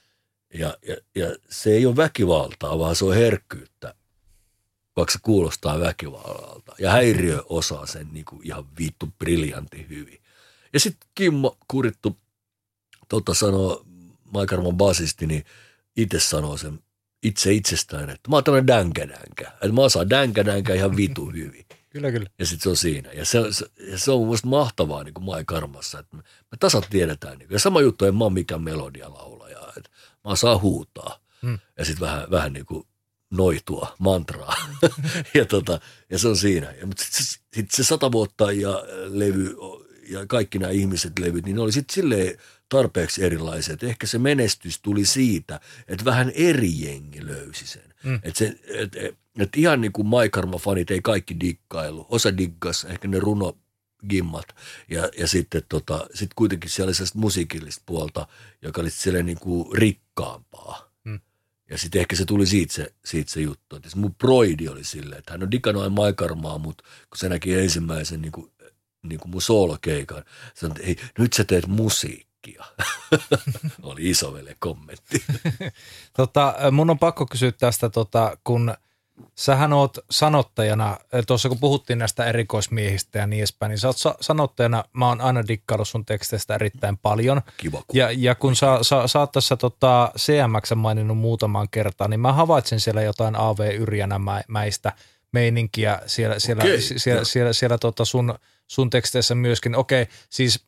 Ja se ei ole väkivaltaa, vaan se on herkkyyttä, vaikka se kuulostaa väkivallalta. Ja Häiriö osaa sen niin kuin ihan vittu briljantin hyvin. Ja sitten Kimmo Kurittu, sanoo Maikarman basisti, niin itse sanoo sen itsestään, että mä oon tämmöinen dänkä. Että mä osaan dänkä ihan vitu hyvin. Kyllä. Ja sitten se on siinä. Ja se on mun mielestä mahtavaa niin kuin Maikarmassa, että me tasat tiedetään. Niin kuin, ja sama juttu, en mä ole mikään melodialaulaja. Että mä osaan huutaa. Ja sitten vähän niin kuin noitua, mantraa. ja se on siinä. Mutta sitten se 100 vuotta ja levy ja kaikki nämä ihmiset levyt, niin ne oli sitten silleen tarpeeksi erilaiset. Ehkä se menestys tuli siitä, että vähän eri jengi löysi sen. Että ihan niin kuin Maikarma-fanit ei kaikki dikkailu. Osa diggas, ehkä ne runogimmat. Ja sitten sit kuitenkin siellä oli sellaista musiikillista puolta, joka oli siellä niin kuin rikkaampaa. Ja sitten ehkä se tuli siitä se juttu. Että mun broidi oli silleen, että hän on digannut Maikarmaa, mutta kun se näki ensimmäisen niin kuin mun soolokeikan, sanoi, että hei, nyt sä teet musiikkia. Oli isovelle kommentti. Mun on pakko kysyä tästä, kun sähän oot sanottajana, tuossa kun puhuttiin näistä erikoismiehistä ja niin edespäin, niin sä oot sanottajana, mä oon aina dikkaillut sun teksteistä erittäin paljon. Kiva. Ja kun sä oot tässä CMX maininnut muutamaan kertaan, niin mä havaitsin siellä jotain A.V. Yrjänämäistä meininkiä siellä sun teksteissä myöskin. Okei, siis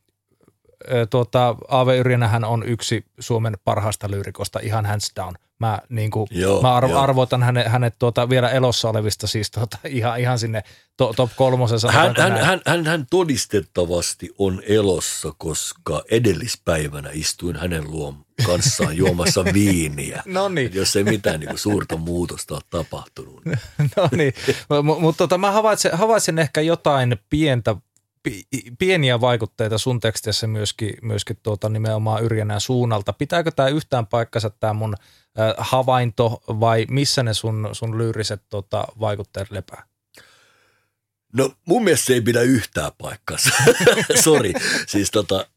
A.V. Yrjänähän on yksi Suomen parhaasta lyyrikosta, ihan hands down. Mä arvoitan hänet vielä elossa olevista, siis ihan sinne top 3. Hän todistettavasti on elossa, koska edellispäivänä istuin hänen kanssaan juomassa viiniä. No niin. Jos ei mitään niin kuin suurta muutosta ole tapahtunut. No niin, mutta mä havaitsen ehkä jotain pieniä vaikutteita sun tekstissä myöskin nimenomaan Yrjänän suunnalta. Pitääkö tämä yhtään paikkansa tämä mun havainto vai missä ne sun lyyriset vaikutteet lepää? No mun mielestä se ei pidä yhtään paikkansa. Sori. Siis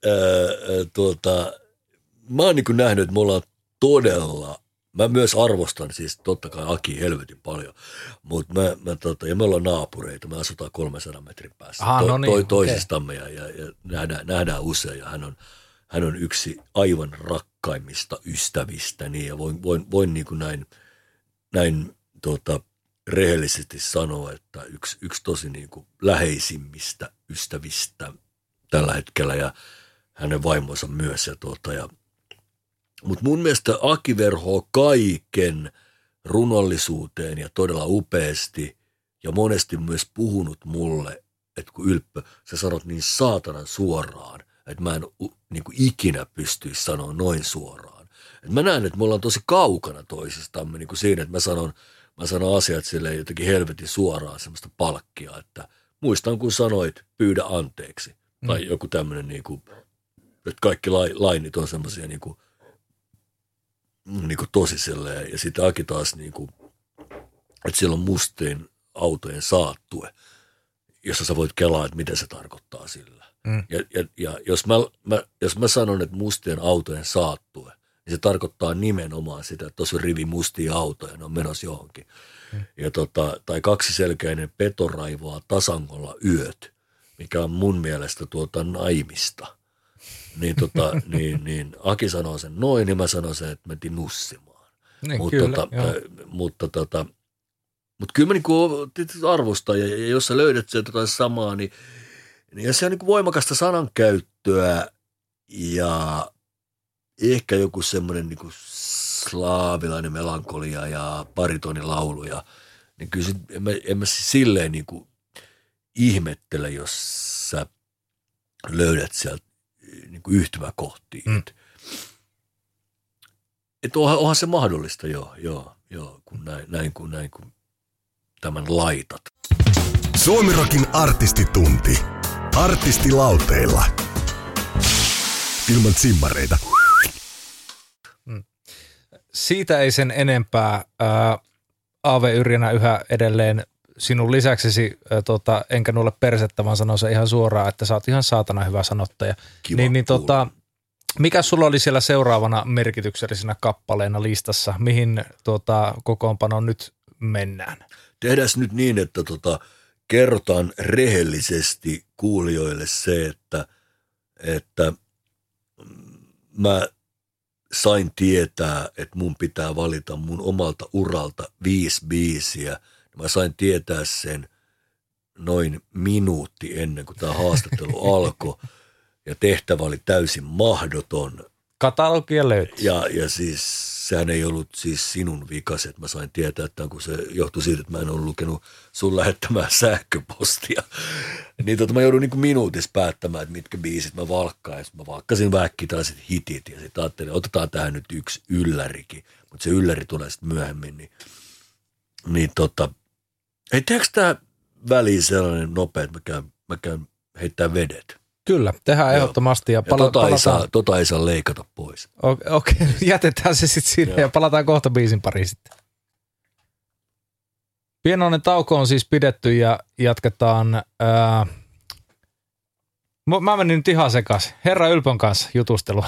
mä oon niin kuin nähnyt, että me ollaan todella, mä myös arvostan siis totta kai Aki helvetin paljon, mutta ja me ollaan naapureita, me asutaan 300 metrin päässä toisistamme ja nähdään usein ja hän on yksi aivan rakkaimmista ystävistäni ja voin niin kuin näin rehellisesti sanoa, että yksi tosi niin kuin läheisimmistä ystävistä tällä hetkellä ja hänen vaimonsa myös ja Mutta mun mielestä Aki verhoo kaiken runollisuuteen ja todella upeasti ja monesti myös puhunut mulle, että kun Ylppö, sä sanot niin saatanan suoraan, että mä en niin kuin ikinä pystyisi sanoa noin suoraan. Et mä näen, että me ollaan tosi kaukana toisistamme niin kuin siinä, että mä sanon asiat silleen jotenkin helvetin suoraan semmoista palkkia, että muistan kun sanoit pyydä anteeksi tai joku tämmöinen, niin kuin, että kaikki lainit on semmoisia niin kuin tosi silleen ja sitten Aki taas niin kuin, että siellä on mustien autojen saattue, jossa sä voit kelaa, että mitä se tarkoittaa sillä. Ja jos mä sanon, että mustien autojen saattue, niin se tarkoittaa nimenomaan sitä, että tuossa on rivi mustia autoja, ne on menossa johonkin. Ja tai kaksiselkäinen peto raivaa tasangolla yöt, mikä on mun mielestä naimista. Niin Aki sanoo sen noin, niin mä sanon sen, että mentiin nussimaan. Niin, Mutta kyllä mä niinku arvostan, ja jos sä löydät sieltä jotain samaa, niin se on niinku voimakasta sanankäyttöä ja ehkä joku semmoinen niinku slaavilainen melankolia ja baritonilauluja, niin kyllä en mä silleen niinku ihmettele, jos sä löydät sieltä niinku yhtymäkohtia. Että onhan se mahdollista, joo, kun näin kun tämän laitat. Suomirokin artistitunti. Artistilauteilla. Ilman simmareita. Siitä ei sen enempää. Aave Yrjänä yhä edelleen sinun lisäksesi, enkä nulle persettä, vaan sanon se ihan suoraan, että sä oot ihan saatana hyvä sanottaja. Kiva mikä sulla oli siellä seuraavana merkityksellisenä kappaleena listassa? Mihin kokoonpanoon nyt mennään? Tehdään nyt niin, että kerrotaan rehellisesti kuulijoille se, että mä sain tietää, että mun pitää valita mun omalta uralta 5 biisiä. Mä sain tietää sen noin minuutti ennen kuin tämä haastattelu alkoi. Ja tehtävä oli täysin mahdoton. Katalogia löytyy. Ja siis sehän ei ollut siis sinun vikas, että mä sain tietää, että kun se johtui siitä, että mä en ollut lukenut sun lähettämää sähköpostia. Niin mä joudun niin kuin minuutissa päättämään, että mitkä biisit mä valkkaan. Ja mä valkkasin väkkiä tällaiset hitit ja sitten ajattelin, otetaan tähän nyt yksi yllärikin. Mutta se ylläri tulee sitten myöhemmin. Ei tehdäänkö tää väliin sellainen nopea, että mä käyn heittää vedet? Kyllä, tehdään ehdottomasti ja palataan. Tota ei saa leikata pois. Okei, jätetään se sitten siinä ja palataan kohta biisin pariin sitten. Pienoinen tauko on siis pidetty ja jatketaan. Mä menin nyt ihan sekaisin. Herra Ylpön kanssa jutustelua.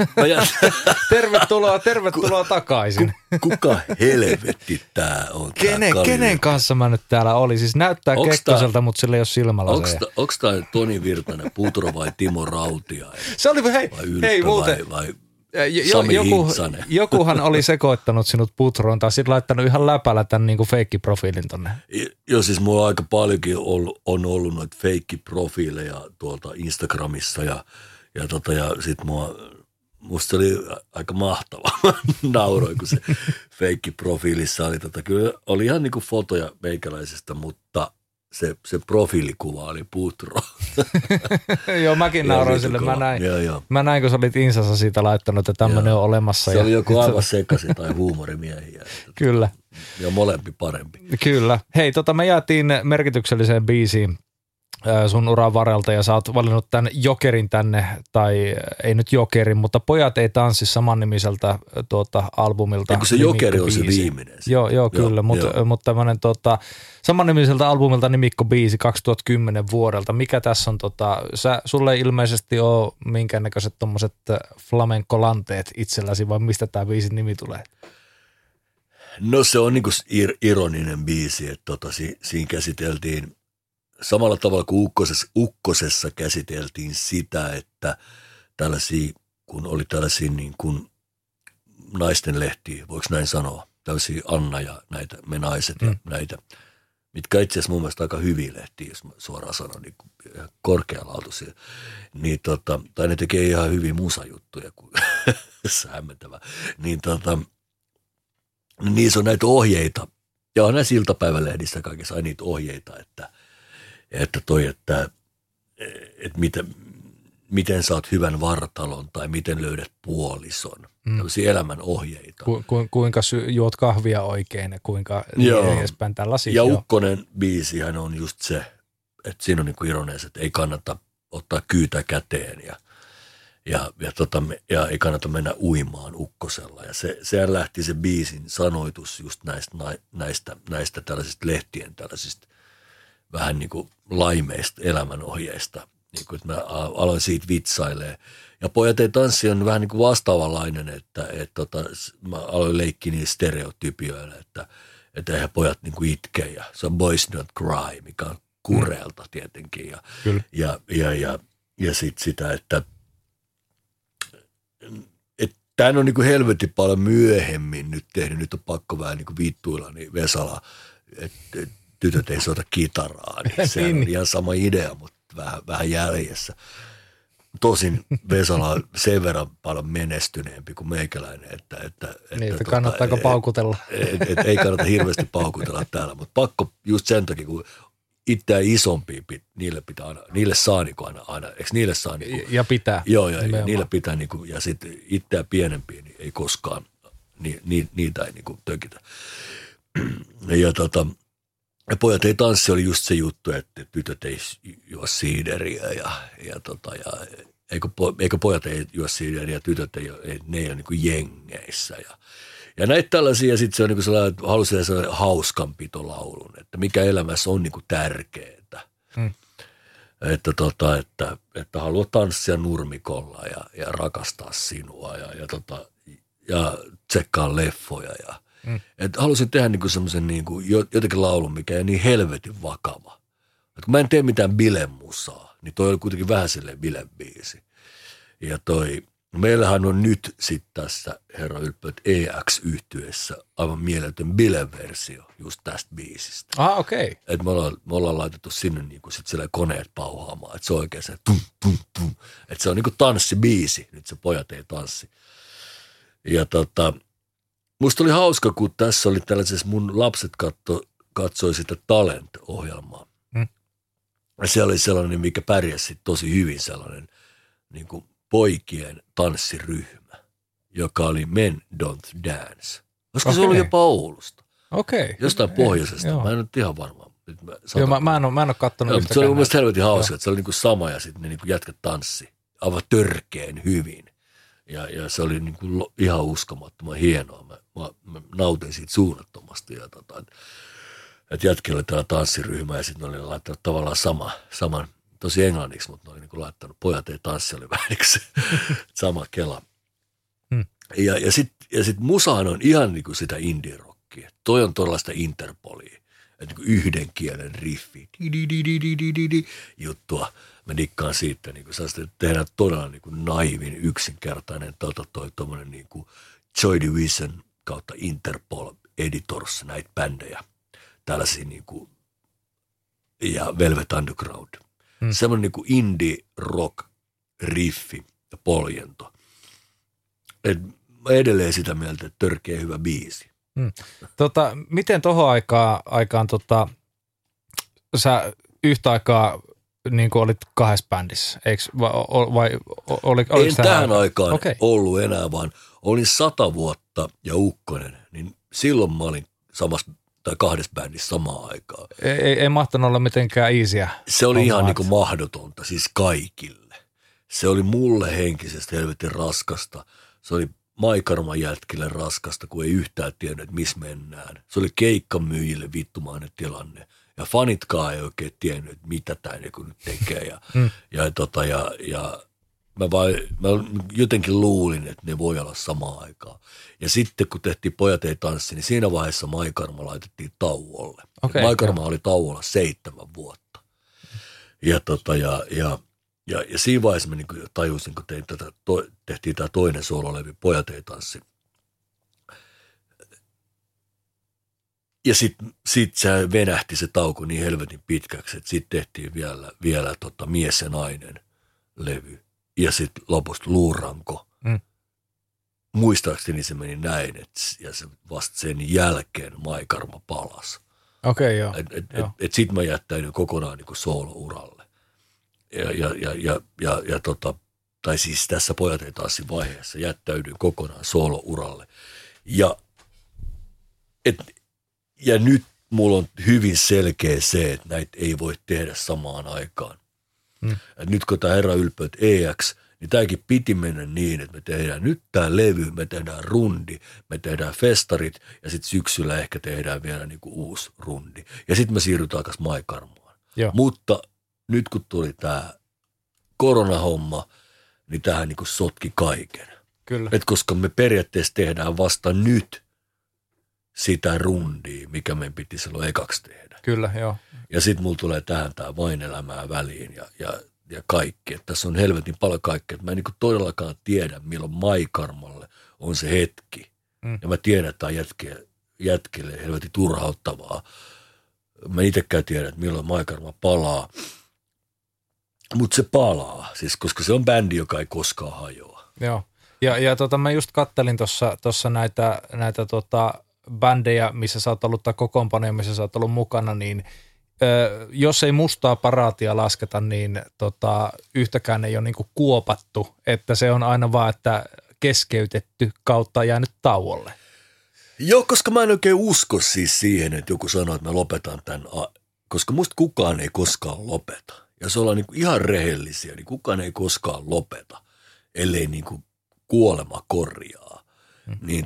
Tervetuloa takaisin. Kuka helvetti tää on? Kenen kanssa mä nyt täällä olin? Siis näyttää Kekkoselta, mutta sillä ei ole silmälaseja. Onko tää Toni Virtanen, Putro vai Timo Rautia? Se oli, hei muuten. Vai Sami Hintsanen? Jokuhan oli sekoittanut sinut Putroon tai sitten laittanut ihan läpällä tämän niin kuin feikkiprofiilin tonne. Joo, siis mulla on aika paljonkin on ollut noita feikkiprofiileja tuolta Instagramissa ja sit musta se oli aika mahtava. Nauroin, kun se feikkiprofiilissa oli. Kyllä oli ihan niin kuin fotoja meikäläisestä, mutta se profiilikuva oli Putro. Joo, mäkin nauroin sille. Mä näin, kun sä olit Insassa siitä laittanut, että tämmöinen on olemassa. Se oli joku aivan sekaisin tai huumorimiehiä. Kyllä. Ja molempi parempi. Kyllä. Hei, me jäätiin merkitykselliseen biisiin sun uran varrelta ja sä oot valinnut tämän Jokerin tänne, tai ei nyt Jokerin, mutta Pojat ei tanssi samannimiseltä albumilta. Eikö se Jokeri on se viimeinen? Joo, kyllä, mutta tämmöinen samannimiseltä albumilta nimikkobiisi 2010 vuodelta. Mikä tässä on, sulle ei ilmeisesti ole minkäännäköiset tommoset flamenco-lanteet itselläsi, vai mistä tämä biisin nimi tulee? No se on niinku ironinen biisi, että siinä käsiteltiin samalla tavalla kuin Ukkosessa käsiteltiin sitä, että kun oli tällaisia niin kuin naisten lehtiä, voiko näin sanoa, tällaisia Anna ja näitä Me Naiset ja näitä mitkä itse asiassa mun mielestä aika hyviä lehtiä, jos mä suoraan sanon, niin korkealaatuisia, niin tai ne tekee ihan hyviä musajuttuja, kun se hämmentävää, niin niissä on näitä ohjeita, ja on näissä iltapäivälehdissä kaikissa aina niitä ohjeita, että miten saat hyvän vartalon tai miten löydät puolison. Tällaisia elämän ohjeita. Kuinka juot kahvia oikein ja kuinka edespäin tällaisia. Ja Ukkonen biisihän on just se, että siinä on niin kuin ironinen, että ei kannata ottaa kyytä käteen ja ei kannata mennä uimaan ukkosella. Ja sehän lähti se biisin sanoitus just näistä tällaisista lehtien tällaisista vähän niin kuin laimeista elämänohjeista. Niin kuin, että mä aloin siitä vitsailemaan. Ja Pojat ei tanssi on vähän niin kuin vastaavanlainen, että mä aloin leikkiä niillä stereotypioilla, että eihän pojat niin kuin itke ja se on boys don't cry, mikä on Kurelta tietenkin. Ja sitten sitä, että tämän on niin kuin helvetin paljon myöhemmin nyt tehnyt, nyt on pakko vähän niin kuin vittuilla, niin Vesala, että tytöt ei soita kitaraa, niin se on ihan sama idea, mutta vähän jäljessä. Tosin Vesala on sen verran paljon menestyneempi kuin meikäläinen, että kannattaako paukutella? Ei kannata hirveästi paukutella täällä, mutta pakko just sen takia, kun itseään isompia, niille saa niin aina, eikö niille saa niin kuin, ja pitää. Joo, ja niille pitää niin kuin, ja sitten itseään pienempiä, niin ei koskaan, niitä ei niin kuin tökitä. Ja Pojat ei tanssi oli just se juttu, että tytöt ei juo siideriä ja eikö pojat ei juo siideriä ja tytöt ne ei ole niin kuin jengeissä. Ja näitä tällaisia, ja sitten se on niin kuin sellainen, halusin sellainen hauskanpitolaulun, että mikä elämässä on niin kuin tärkeää. Että haluat tanssia nurmikolla ja rakastaa sinua ja tsekkaa leffoja että halusin tehdä niinku semmoisen niinku jotenkin laulun, mikä ei niin helvetin vakava. Et kun mä en tee mitään bilemusaa, niin toi oli kuitenkin vähän silleen bilebiisi. Ja meillähän on nyt sitten tässä Herra Ylppöt EX-yhtyessä aivan mieletön bileversio just tästä biisistä. Okei. Okay. Että me ollaan laitettu sinne niinku sit silleen koneet pauhaamaan, että se on oikein se tum tum tum. Että se on niinku tanssibiisi, nyt se Pojat ei tanssi. Ja musta oli hauska, kun tässä oli tällaisessa, mun lapset katsoi sitä Talent-ohjelmaa. Ja siellä oli sellainen, mikä pärjäsi tosi hyvin sellainen niin kuin poikien tanssiryhmä, joka oli Men Don't Dance. Koska se oli jopa Oulusta. Okei. Jostain pohjoisesta. Joo. Mä en nyt ihan varmaan. Mä en ole kattonut yhtäkään. Se oli mun mielestä helvetin hauska, että se oli niin kuin sama ja sitten ne niin kuin jätkät tanssi. Aivan törkeen hyvin. Ja se oli niin kuin ihan uskomattoman hienoa. Mä nautin siitä suunnattomasti. Että jätkillä oli täällä tanssiryhmä ja sitten ne oli laittanut tavallaan saman, tosi englanniksi, mutta ne oli niin kuin laittanut Pojat ei tanssi, oli vähän niin kuin se sama kela. Ja sit musahan on ihan niin kuin sitä indie-rockia. Toi on tollaista Interpolia. Että niin kuin yhden kielen riffi. Juttua. Mä dikkaan siitä, niin kuin tehdään todella niin kuin naivin, yksinkertainen tommonen niin kuin Joy Division kautta Interpol Editors, näitä bändejä, tällaisia niin kuin, ja Velvet Underground. Semmoinen niin kuin indie rock riffi ja poljento. Mä edelleen sitä mieltä, että törkeä hyvä biisi. Miten tohon aikaan sä yhtä aikaa niin kuin olit kahdessa bändissä, eikö, vai oliko en tähän aikaan ollut enää, vaan olin 100 vuotta ja Ukkonen, niin silloin mä olin samassa tai kahdessa bändissä samaan aikaan. Ei mahtanut olla mitenkään easyä. Se oli ihan niin kuin mahdotonta, siis kaikille. Se oli mulle henkisesti helvetin raskasta. Se oli Maikarman jätkille raskasta, kun ei yhtään tiennyt, että missä mennään. Se oli keikkamyyjille vittumainen tilanne. Ja fanitkaan ei oikein tiennyt, mitä tämä nyt tekee. Ja mä jotenkin luulin, että ne voi olla samaan aikaan. Ja sitten kun tehtiin Pojat ei tanssi, niin siinä vaiheessa Maikarma laitettiin tauolle. Okay, Maikarma oli tauolla 7 vuotta. Ja siinä vaiheessa mä niin tajusin, kun tehtiin tämä toinen soololevy, Pojat ei tanssi. Ja sit se venähti se tauko niin helvetin pitkäksi, että sitten tehtiin vielä mies ja nainen levy. Ja sitten lopusta Luuranko. Muistaakseni se meni näin, ja se vasta sen jälkeen Maikarma palasi. Okei, joo. Et sit mä jättäydyin kokonaan niin kuin soolo-uralle. Tai siis tässä Pojat ei tanssi vaiheessa jättäydyin kokonaan soolo-uralle. Ja nyt mulla on hyvin selkeä se, että näitä ei voi tehdä samaan aikaan. Et nyt kun tämä Herra Ylpeyt EX, niin tämäkin piti mennä niin, että me tehdään nyt tämä levy, me tehdään rundi, me tehdään festarit ja sitten syksyllä ehkä tehdään vielä niinku uusi rundi. Ja sitten me siirrytään takaisin Maikarmaan. Mutta nyt kun tuli tämä koronahomma, niin tämähän niinku sotki kaiken. Kyllä. Et koska me periaatteessa tehdään vasta nyt sitä rundia, mikä meidän piti silloin ekaksi tehdä. Kyllä, joo. Ja sitten mulla tulee tähän tämä Vain elämää väliin ja kaikki. Että tässä on helvetin paljon kaikkea. Että mä en niin todellakaan tiedä, milloin Maikarmalle on se hetki. Ja mä tiedän, että tämä on jätkille helvetin turhauttavaa. Mä itsekään tiedän, että milloin Maikarma palaa. Mutta se palaa, siis koska se on bändi, joka ei koskaan hajoa. Joo. Ja mä just kattelin tuossa näitä bändejä, missä sä oot ollut, tai kokoonpanoja, missä sä oot ollut mukana, niin jos ei Mustaa Paraatia lasketa, niin yhtäkään ei ole niinku kuopattu, että se on aina vaan, että keskeytetty kautta jäänyt tauolle. Joo, koska mä en oikein usko siis siihen, että joku sanoo, että mä lopetan tämän, koska musta kukaan ei koskaan lopeta. Ja se ollaan niinku ihan rehellisiä, niin kukaan ei koskaan lopeta, ellei niinku kuolema korjaa. Niin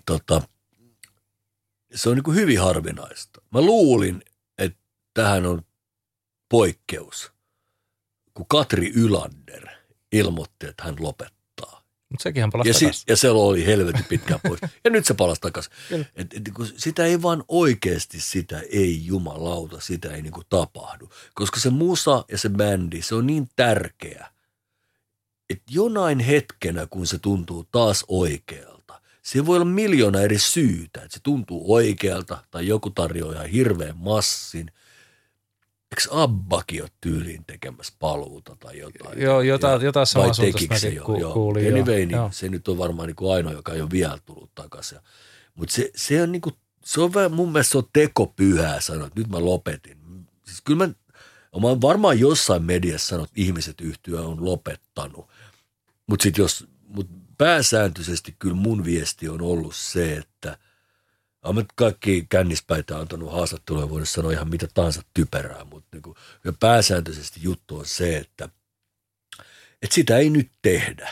se on niinku hyvin harvinaista. Mä luulin, että tähän on poikkeus, kun Katri Ylander ilmoitti, että hän lopettaa. Mutta sekin hän palasi takaisin. Ja se oli helvetin pitkään pois. Ja nyt se palasi takaisin. Sitä ei vaan oikeasti, sitä ei jumalauta, sitä ei niinku tapahdu. Koska se musa ja se bändi, se on niin tärkeä, että jonain hetkenä, kun se tuntuu taas oikealta, se voi olla miljoona eri syytä, että se tuntuu oikealta tai joku tarjoaa ihan hirveän massin. Eikö Abbakin ole tyyliin tekemässä paluuta tai jotain? Joo, jotain samaa suuntaista mäkin kuulin. Ja niin se nyt on varmaan niin kuin ainoa, joka ei ole vielä tullut takaisin. Mutta se on, niin kuin, se on vähän, mun mielestä se on tekopyhää sanoa, että nyt mä lopetin. Siis kyllä mä oon varmaan jossain mediassa sanonut, että ihmiset yhtyä on lopettanut. Mutta pääsääntöisesti kyllä mun viesti on ollut se, että olen kaikki kännispäitä antanut haastatteluja, voinut sanoa ihan mitä tahansa typerää, mutta niin kuin, pääsääntöisesti juttu on se, että sitä ei nyt tehdä.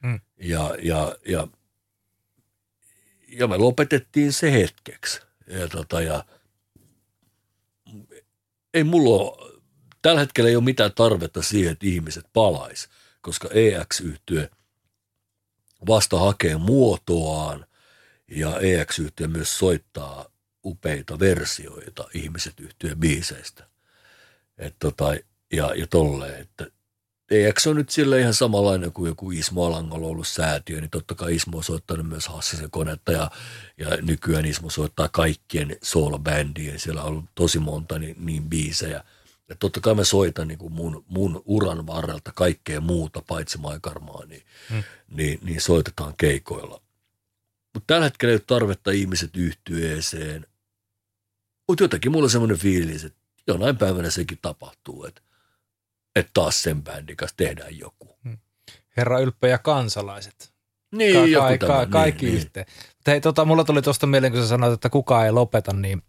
Ja me lopetettiin se hetkeksi. Ja ei mulla ole, tällä hetkellä ei ole mitään tarvetta siihen, että ihmiset palais, koska EX-yhtye vasta hakee muotoaan ja EX-yhtye myös soittaa upeita versioita ihmiset yhtyeen biiseistä. Ja tolleen, että EX on nyt sille ihan samanlainen kuin joku Ismo Alangolla ollut säätiö, niin totta kai Ismo on soittanut myös Hassisen konetta ja nykyään Ismo soittaa kaikkien soolobändien. Siellä on ollut tosi monta niin biisejä. Ja totta kai mä soitan niin kuin mun uran varrelta kaikkea muuta paitsi Maikarmaa, niin soitetaan keikoilla. Mutta tällä hetkellä ei ole tarvetta ihmiset yhtyeeseen. Mutta jotenkin mulla on semmoinen fiilis, että jonain päivänä sekin tapahtuu, että taas sen bändin kanssa tehdään joku. Herra Ylppö ja kansalaiset. Niin, kaikki niin. yhteen. Hei, mulla tuli tuosta mieleen, kun sä sanoit, että kukaan ei lopeta, niin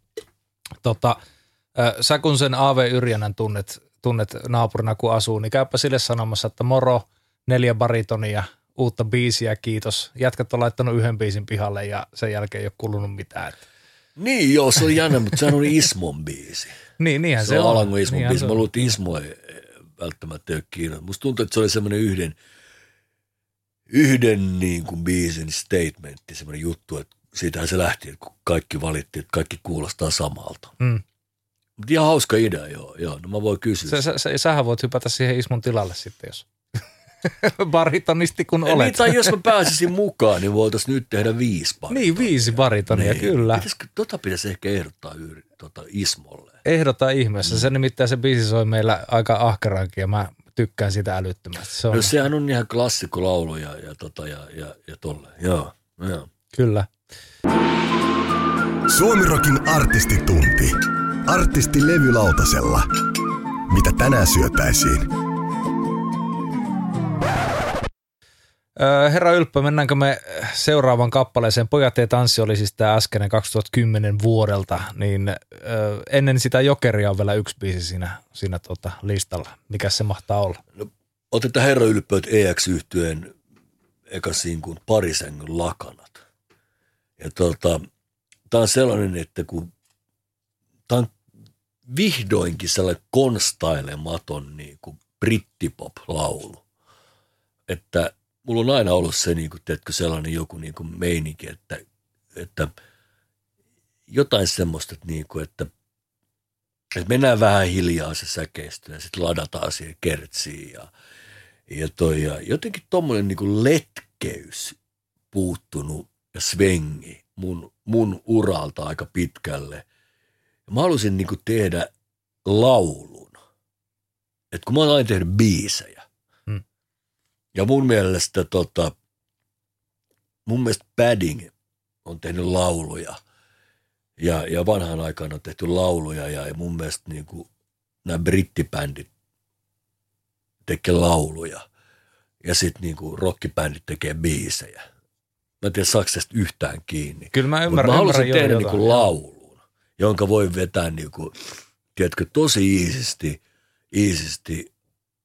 sä kun sen A.V. Yrjänän tunnet naapurina, kun asuu, niin käypä sille sanomassa, että moro, 4 baritonia, uutta biisiä, kiitos. Jätkät on laittanut 1 biisin pihalle ja sen jälkeen ei ole kulunut mitään. Niin joo, se on jännä, mutta sehän on Ismon biisi. Niinhän se on. Se on Alangon Ismon biisi. Mä luulen, että Ismo ei välttämättä ole kiinnostunut. Musta tuntuu, että se oli semmoinen yhden niin kuin biisin statementti, semmoinen juttu, että siitähän se lähti, että kun kaikki valittiin, että kaikki kuulostaa samalta. Mutta ihan hauska idea, joo. No mä voin kysyä. Sähän voit hypätä siihen Ismon tilalle sitten, jos. baritonisti kun olet. Niin, tai jos mä pääsisin mukaan, niin voitaisiin nyt tehdä 5 baritonia. Niin, 5 baritonia, niin, kyllä. Pitäisi ehkä ehdottaa Ismolle. Ehdota ihmeessä. Se nimittäin se biisi soi meillä aika ahkeraankin ja mä tykkään sitä älyttömästi. Sehän on ihan klassikolaulu ja tolle. Joo. Kyllä. Suomirokin artistitunti. Artisti levylautasella. Mitä tänään syötäisiin? Herra Ylppö, mennäänkö me seuraavan kappaleeseen? Pojat ei tanssi oli siis tämä äskeinen 2010 vuodelta, niin ennen sitä Jokeria on vielä yksi biisi siinä listalla. Mikä se mahtaa olla? No, otetaan Herra Ylppöt EX-yhtyeen eka sinkun Parisängyn lakanat. Ja tää on sellainen, että kun tää on vihdoinkin sellainen konstailematon niin kuin brittipop-laulu, että mulla on aina ollut se, niin kuin, teetkö, sellainen joku niin kuin meininki, että jotain semmoista, että mennään vähän hiljaa se säkeistö ja sitten ladataan siihen kertsiin ja jotenkin tommoinen niin kuin letkeys puuttunut ja svengi mun uralta aika pitkälle. Ja mä halusin niin kuin tehdä laulun, että kun mä oon aina tehnyt biisejä, ja mun mielestä Padding on tehnyt lauluja ja vanhaan aikaan on tehty lauluja ja mun mielestä niin kuin nämä brittibändit tekee lauluja ja sitten niin kuin rockibändit tekee biisejä. Mä en tiedä, saako tästä yhtään kiinni. Kyllä mä ymmärrän. Mä halusin tehdä niin kuin laulun, jonka voi vetää niin kuin, tiedätkö, tosi iisisti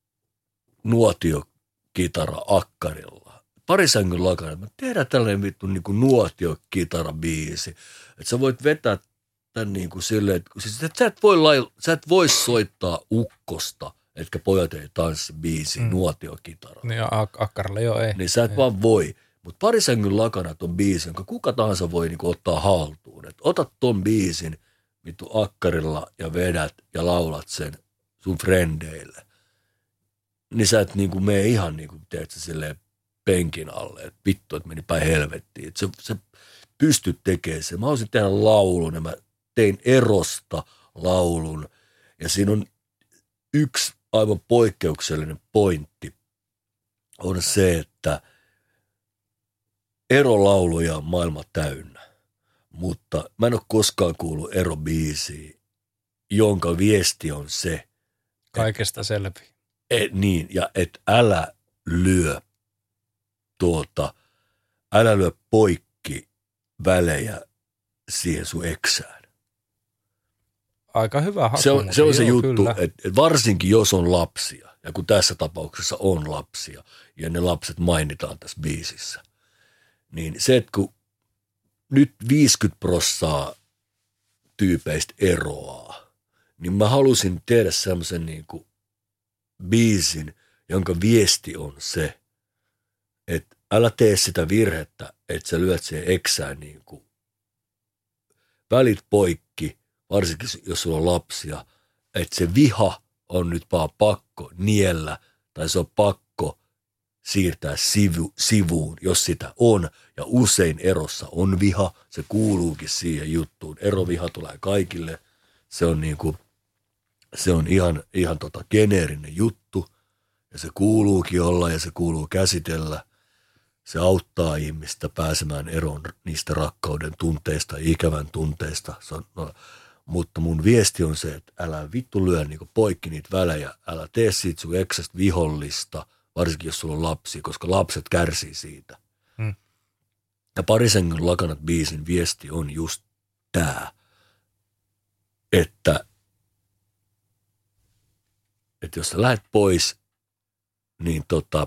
nuotiokitara akkarilla. Parisängyn lakana. Mä tehdään tällainen vittu niin kuin nuotiokitarabiisi. Että sä voit vetää tän niin kuin silleen, että siis, sä et voi soittaa ukkosta, etkä pojat ei tanssi biisi nuotiokitara. Niin akkarilla joo ei. Niin sä et vaan voi. Mutta Parisängyn lakanat on biisi, jonka kuka tahansa voi niin kuin ottaa haltuun. Et otat ton biisin vittu akkarilla ja vedät ja laulat sen sun frendeille. Niin sä et niinku mene ihan niinku, teetkö, silleen penkin alle, että vittu, että meni päin helvettiin. Että sä pystyt tekemään sen. Mä haluaisin tehdä laulun ja mä tein Erosta laulun. Ja siinä on yksi aivan poikkeuksellinen pointti. On se, että erolauluja on maailma täynnä. Mutta mä en ole koskaan kuullut erobiisiä, jonka viesti on se. Kaikesta selviä. Niin, ja et älä lyö poikki välejä siihen sun eksään. Aika hyvä haku. Se on se juttu, että varsinkin jos on lapsia, ja kun tässä tapauksessa on lapsia, ja ne lapset mainitaan tässä biisissä, niin se, että kun nyt 50% tyypeistä eroaa, niin mä halusin tehdä semmoisen niin kuin biisin, jonka viesti on se, että älä tee sitä virhettä, että sä lyöt siihen eksään niin kuin välit poikki, varsinkin jos sulla on lapsia, että se viha on nyt vaan pakko niellä tai se on pakko siirtää sivuun, jos sitä on. Ja usein erossa on viha, se kuuluukin siihen juttuun. Eroviha tulee kaikille, se on niinku, se on ihan geneerinen juttu ja se kuuluukin olla ja se kuuluu käsitellä. Se auttaa ihmistä pääsemään eroon niistä rakkauden tunteista, ikävän tunteista. Mutta mun viesti on se, että älä vittu lyö niinku poikki niitä välejä, älä tee siitä sun eksästä vihollista, varsinkin jos sulla on lapsi, koska lapset kärsii siitä. Ja Parisängyn lakanat biisin viesti on just tää, että jos sä lähdet pois, niin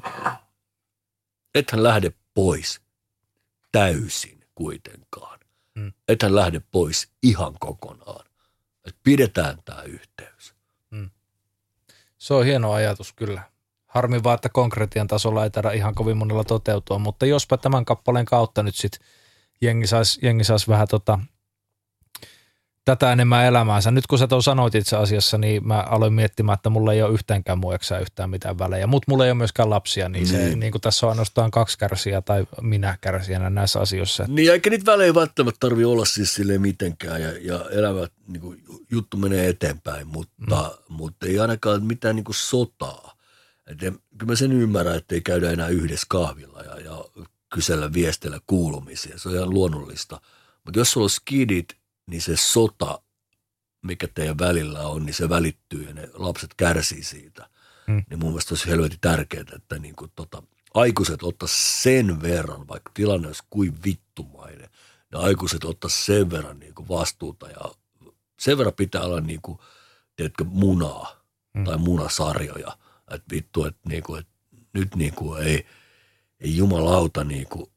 ethän lähde pois täysin kuitenkaan. Ethän lähde pois ihan kokonaan. Et pidetään tää yhteys. Se on hieno ajatus kyllä. Harmi vaan, että konkretian tasolla ei taida ihan kovin monella toteutua, mutta jospa tämän kappaleen kautta nyt sitten jengi sais vähän tätä enemmän elämäänsä. Nyt kun sä tuon sanoit itse asiassa, niin mä aloin miettimään, että mulla ei ole yhteenkään muoksää yhtään mitään välejä, mutta mulla ei ole myöskään lapsia, niin se, niin kuin tässä on ainoastaan 2 kärsijää tai minä kärsijänä näissä asioissa. Niin, eikä niitä välejä välttämättä tarvitse olla siis silleen mitenkään ja elämä, niin kuin, juttu menee eteenpäin, mutta ei ainakaan mitään niin kuin sotaa. Kyllä mä sen ymmärrän, että ei käydä enää yhdessä kahvilla ja kysellä viestellä kuulumisia, se on ihan luonnollista. Mutta jos sulla on skidit, niin se sota, mikä teidän välillä on, niin se välittyy ja ne lapset kärsii siitä. Niin mun mielestä olisi helvetin tärkeää, että niin kuin aikuiset ottaisi sen verran, vaikka tilanne olisi kuin vittumainen, ja aikuiset ottaisi sen verran niin kuin vastuuta ja sen verran pitää olla niin kuin, tiedätkö, munaa tai munasarjoja. Että vittu, että, niin kuin, että nyt niin kuin ei jumalauta niin kuin,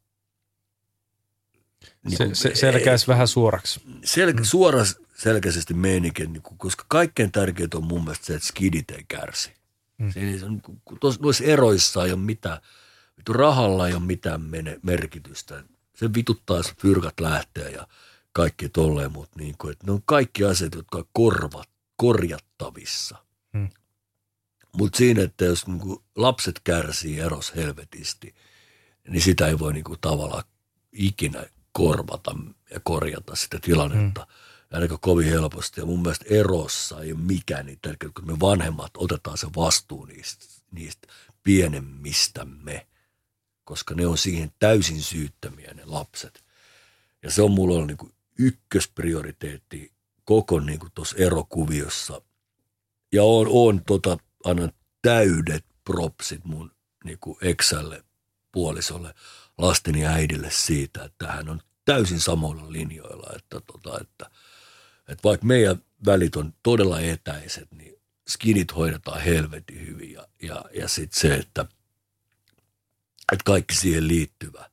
se selkäisi vähän suoraksi. Selkeästi meininkin, niin koska kaikkein tärkeintä on mun mielestä se, että skidit ei kärsi. Noissa eroissa ei ole mitään, rahalla ei ole mitään merkitystä. Se vituttaa, jos fyrkat lähtee ja kaikki tolleen, mutta niin kuin, että ne on kaikki asiat, jotka on korjattavissa. Mutta siinä, että jos niin kuin lapset kärsii eros helvetisti, niin sitä ei voi niin kuin tavallaan ikinä korvata ja korjata sitä tilannetta. Ainakaan kovin helposti. Ja mun mielestä erossa ei ole mikään niin tärkeää, kun me vanhemmat otetaan se vastuu niistä pienemmistämme, koska ne on siihen täysin syyttömiä ne lapset. Ja se on mulla ollut niin kuin ykkösprioriteetti koko niin kuin tuossa erokuviossa. Ja annan täydet propsit mun niin kuin eksälle, puolisolle, lasteni äidille siitä, että hän on täysin samoilla linjoilla, että vaikka meidän välit on todella etäiset, niin skinit hoidetaan helvetin hyvin ja sitten se, että kaikki siihen liittyvä.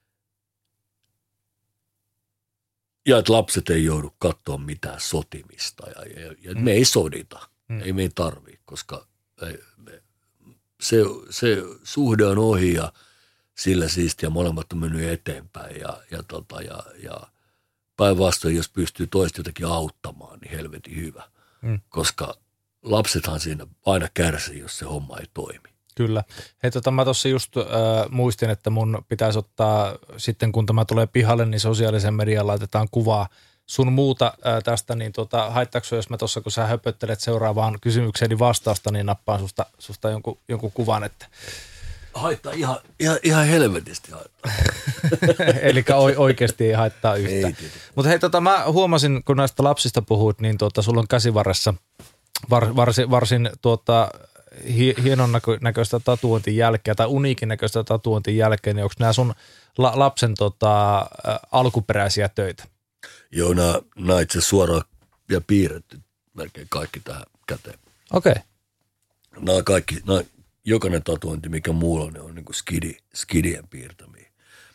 Ja että lapset ei joudu katsoa mitään sotimista ja me ei sodita, ei me ei tarvitse, koska se suhde on ohi ja sillä siistiä molemmat on mennyt eteenpäin ja päinvastoin, jos pystyy toista jotenkin auttamaan, niin helvetin hyvä. Koska lapsethan siinä aina kärsii, jos se homma ei toimi. Kyllä. Hei, mä tuossa just muistin, että mun pitäisi ottaa sitten, kun tämä tulee pihalle, niin sosiaalisen median laitetaan kuvaa sun muuta tästä, niin haittaako jos mä tuossa, kun sä höpöttelet seuraavaan kysymykseeni vastausta, niin nappaan susta jonkun kuvan, että haittaa ihan helvetisti haittaa. Eli oikeasti ei haittaa yhtään. Mutta hei, mä huomasin, kun näistä lapsista puhuit, niin sulla on käsivarressa varsin hienon näköistä tatuointin jälkeä tai uniikin näköistä tatuointin jälkeen, niin onko nämä sun lapsen alkuperäisiä töitä? Joo, nämä itse suoraan ja piirretty melkein kaikki tähän käteen. Okei. Nämä kaikki, jokainen tatuointi, mikä muulla on, ne on niin kuin skidien piirtämiä.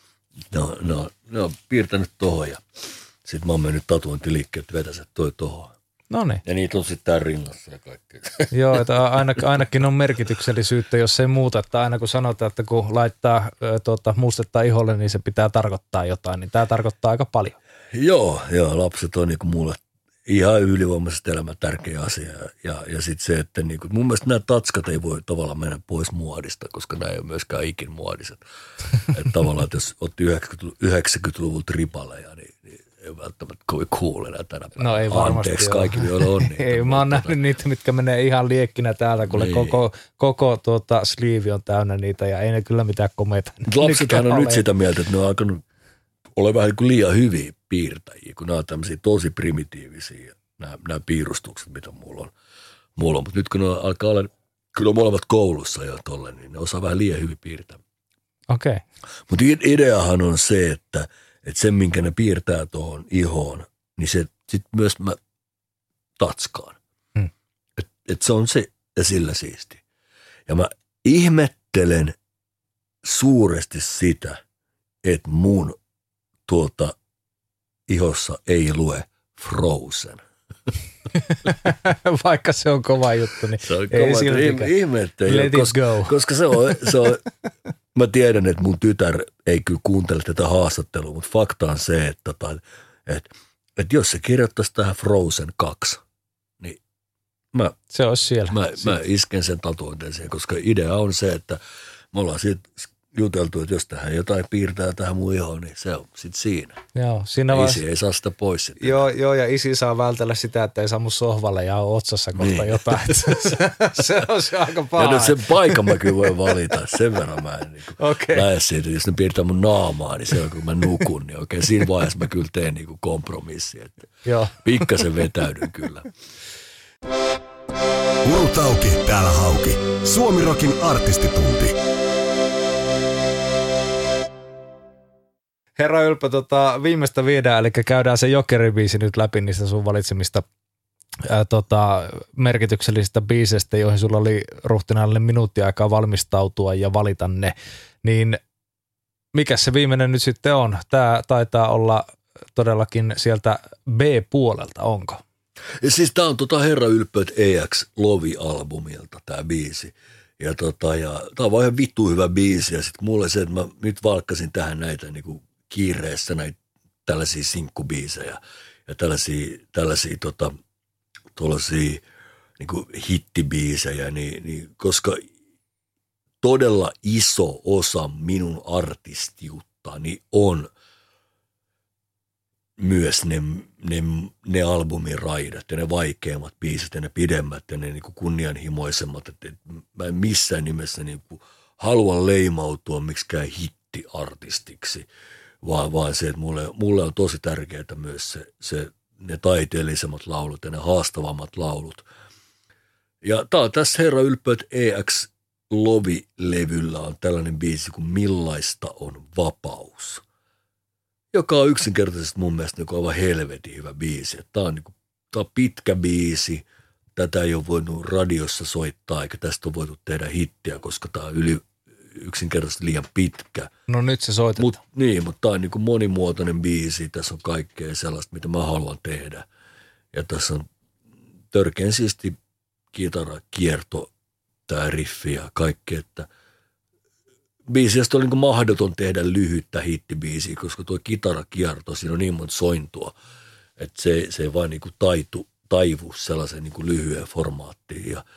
Ne on piirtänyt tohon ja sitten mä oon mennyt tatuointiliikkeet vetäsät tohon. Noniin. Ja niitä on sitten täällä rinnassa ja kaikkea. Joo, että ainakin on merkityksellisyyttä, jos ei muuta, että aina kun sanotaan, että kun laittaa mustetta iholle, niin se pitää tarkoittaa jotain, niin tämä tarkoittaa aika paljon. Joo, lapset on niin kuin mulle ihan ylivoimaisesti elämän tärkeä asia. Ja sitten se, että niin kuin, mun mielestä nämä tatskat ei voi tavallaan mennä pois muodista, koska nämä ei ole myöskään ikin muodiset. Että tavallaan, että jos otti 90-luvun tripaleja, niin ei välttämättä kovin cool enää tänä päivänä. No ei varmasti. Anteeksi kaikille, joilla on niitä. Ei, mä oon nähnyt niitä, mitkä menee ihan liekkinä täältä, kun niin. koko sleeve on täynnä niitä ja ei ne kyllä mitään komeita. Lapsethan on nyt sitä mieltä, että ne on alkanut olla vähän kuin liian hyviä piirtäjiä, kun nämä on tämmöisiä tosi primitiivisiä, nämä piirustukset, mitä mulla on. Mutta nyt kun ne alkaa olla, kyllä on molemmat koulussa ja tolle, niin ne osaa vähän liian hyvin piirtää. Okei. Okay. Mutta ideahan on se, että sen, minkä ne piirtää tuohon ihoon, niin se sitten myös mä tatskaan. Että se on se ja sillä siisti. Ja mä ihmettelen suuresti sitä, että mun ihossa ei lue Frozen. Vaikka se on kova juttu, niin se on kova, ihmettelen, koska se on, mä tiedän, että mun tytär ei kyllä kuuntele tätä haastattelua, mutta fakta on se, että että jos se kirjoittaisi tähän Frozen 2, niin se olisi siellä. Mä isken sen tatuointeeseen, koska idea on se, että me ollaan siitä juteltu, että jos tähän jotain piirtää tähän mun ihoon, niin se on sitten siinä. Joo, siinä isi ei saa sitä pois sitten. Joo, ja isi saa vältellä sitä, että ei saa mun sohvalle ja ole otsassa kohta jotain. Se on se aika paha. Ja no sen paikan mä kyllä voin valita, sen verran mä en lähde siitä. Jos ne piirtää mun naamaa, niin se on kun mä nukun, niin oikein siinä vaiheessa mä kyllä teen niinku kompromissi. Pikkasen vetäydyn kyllä. Urut auki, täällä Hauki. Suomi Rockin artistitunti. Herra Ylppö, viimeistä viedään, eli käydään se Jokeri-biisi nyt läpi niistä sun valitsemista merkityksellisistä biiseistä, joihin sulla oli ruhtinaallinen minuutti aikaa valmistautua ja valita ne. Niin mikä se viimeinen nyt sitten on? Tämä taitaa olla todellakin sieltä B-puolelta, onko? Ja siis tää on Herra Ylppöt EX Lovi-albumilta tää biisi. Ja tää on vaan ihan vittu hyvä biisi. Ja sit mulle se, että mä nyt valkkasin tähän näitä niinku kiireessä näitä tällaisia sinkkubiisejä ja tällaisia niinku hittibiisejä, niin koska todella iso osa minun artistiuttani on myös ne albumin raidat ja ne vaikeimmat biisit ja ne pidemmät ja ne niinku kunnianhimoisemmat. Et mä en missään nimessä niinku halua leimautua miksikään hittiartistiksi, vaan se, että mulle on tosi tärkeää myös ne taiteellisemmat laulut ja ne haastavammat laulut. Ja tässä Herra Ylppöt EX Lovi-levyllä on tällainen biisi kuin Millaista on vapaus, joka on yksinkertaisesti mun mielestä niin aivan helvetin hyvä biisi. Tämä on pitkä biisi, tätä ei ole voinut radiossa soittaa eikä tästä ole voitu tehdä hittiä, koska tämä on yksinkertaisesti liian pitkä. No nyt se soitetaan. Mutta tämä on niin kuin monimuotoinen biisi, tässä on kaikkea sellaista, mitä mä haluan tehdä. Ja tässä on törkeän siisti kitarakierto, tämä riffi ja kaikki, että biisistä oli niin kuin mahdoton tehdä lyhyttä hittibiisiä, koska tuo kitarakierto, siinä on niin monta sointua, että se ei vain niin kuin taivu sellaisen niin kuin lyhyen formaattiin. Ja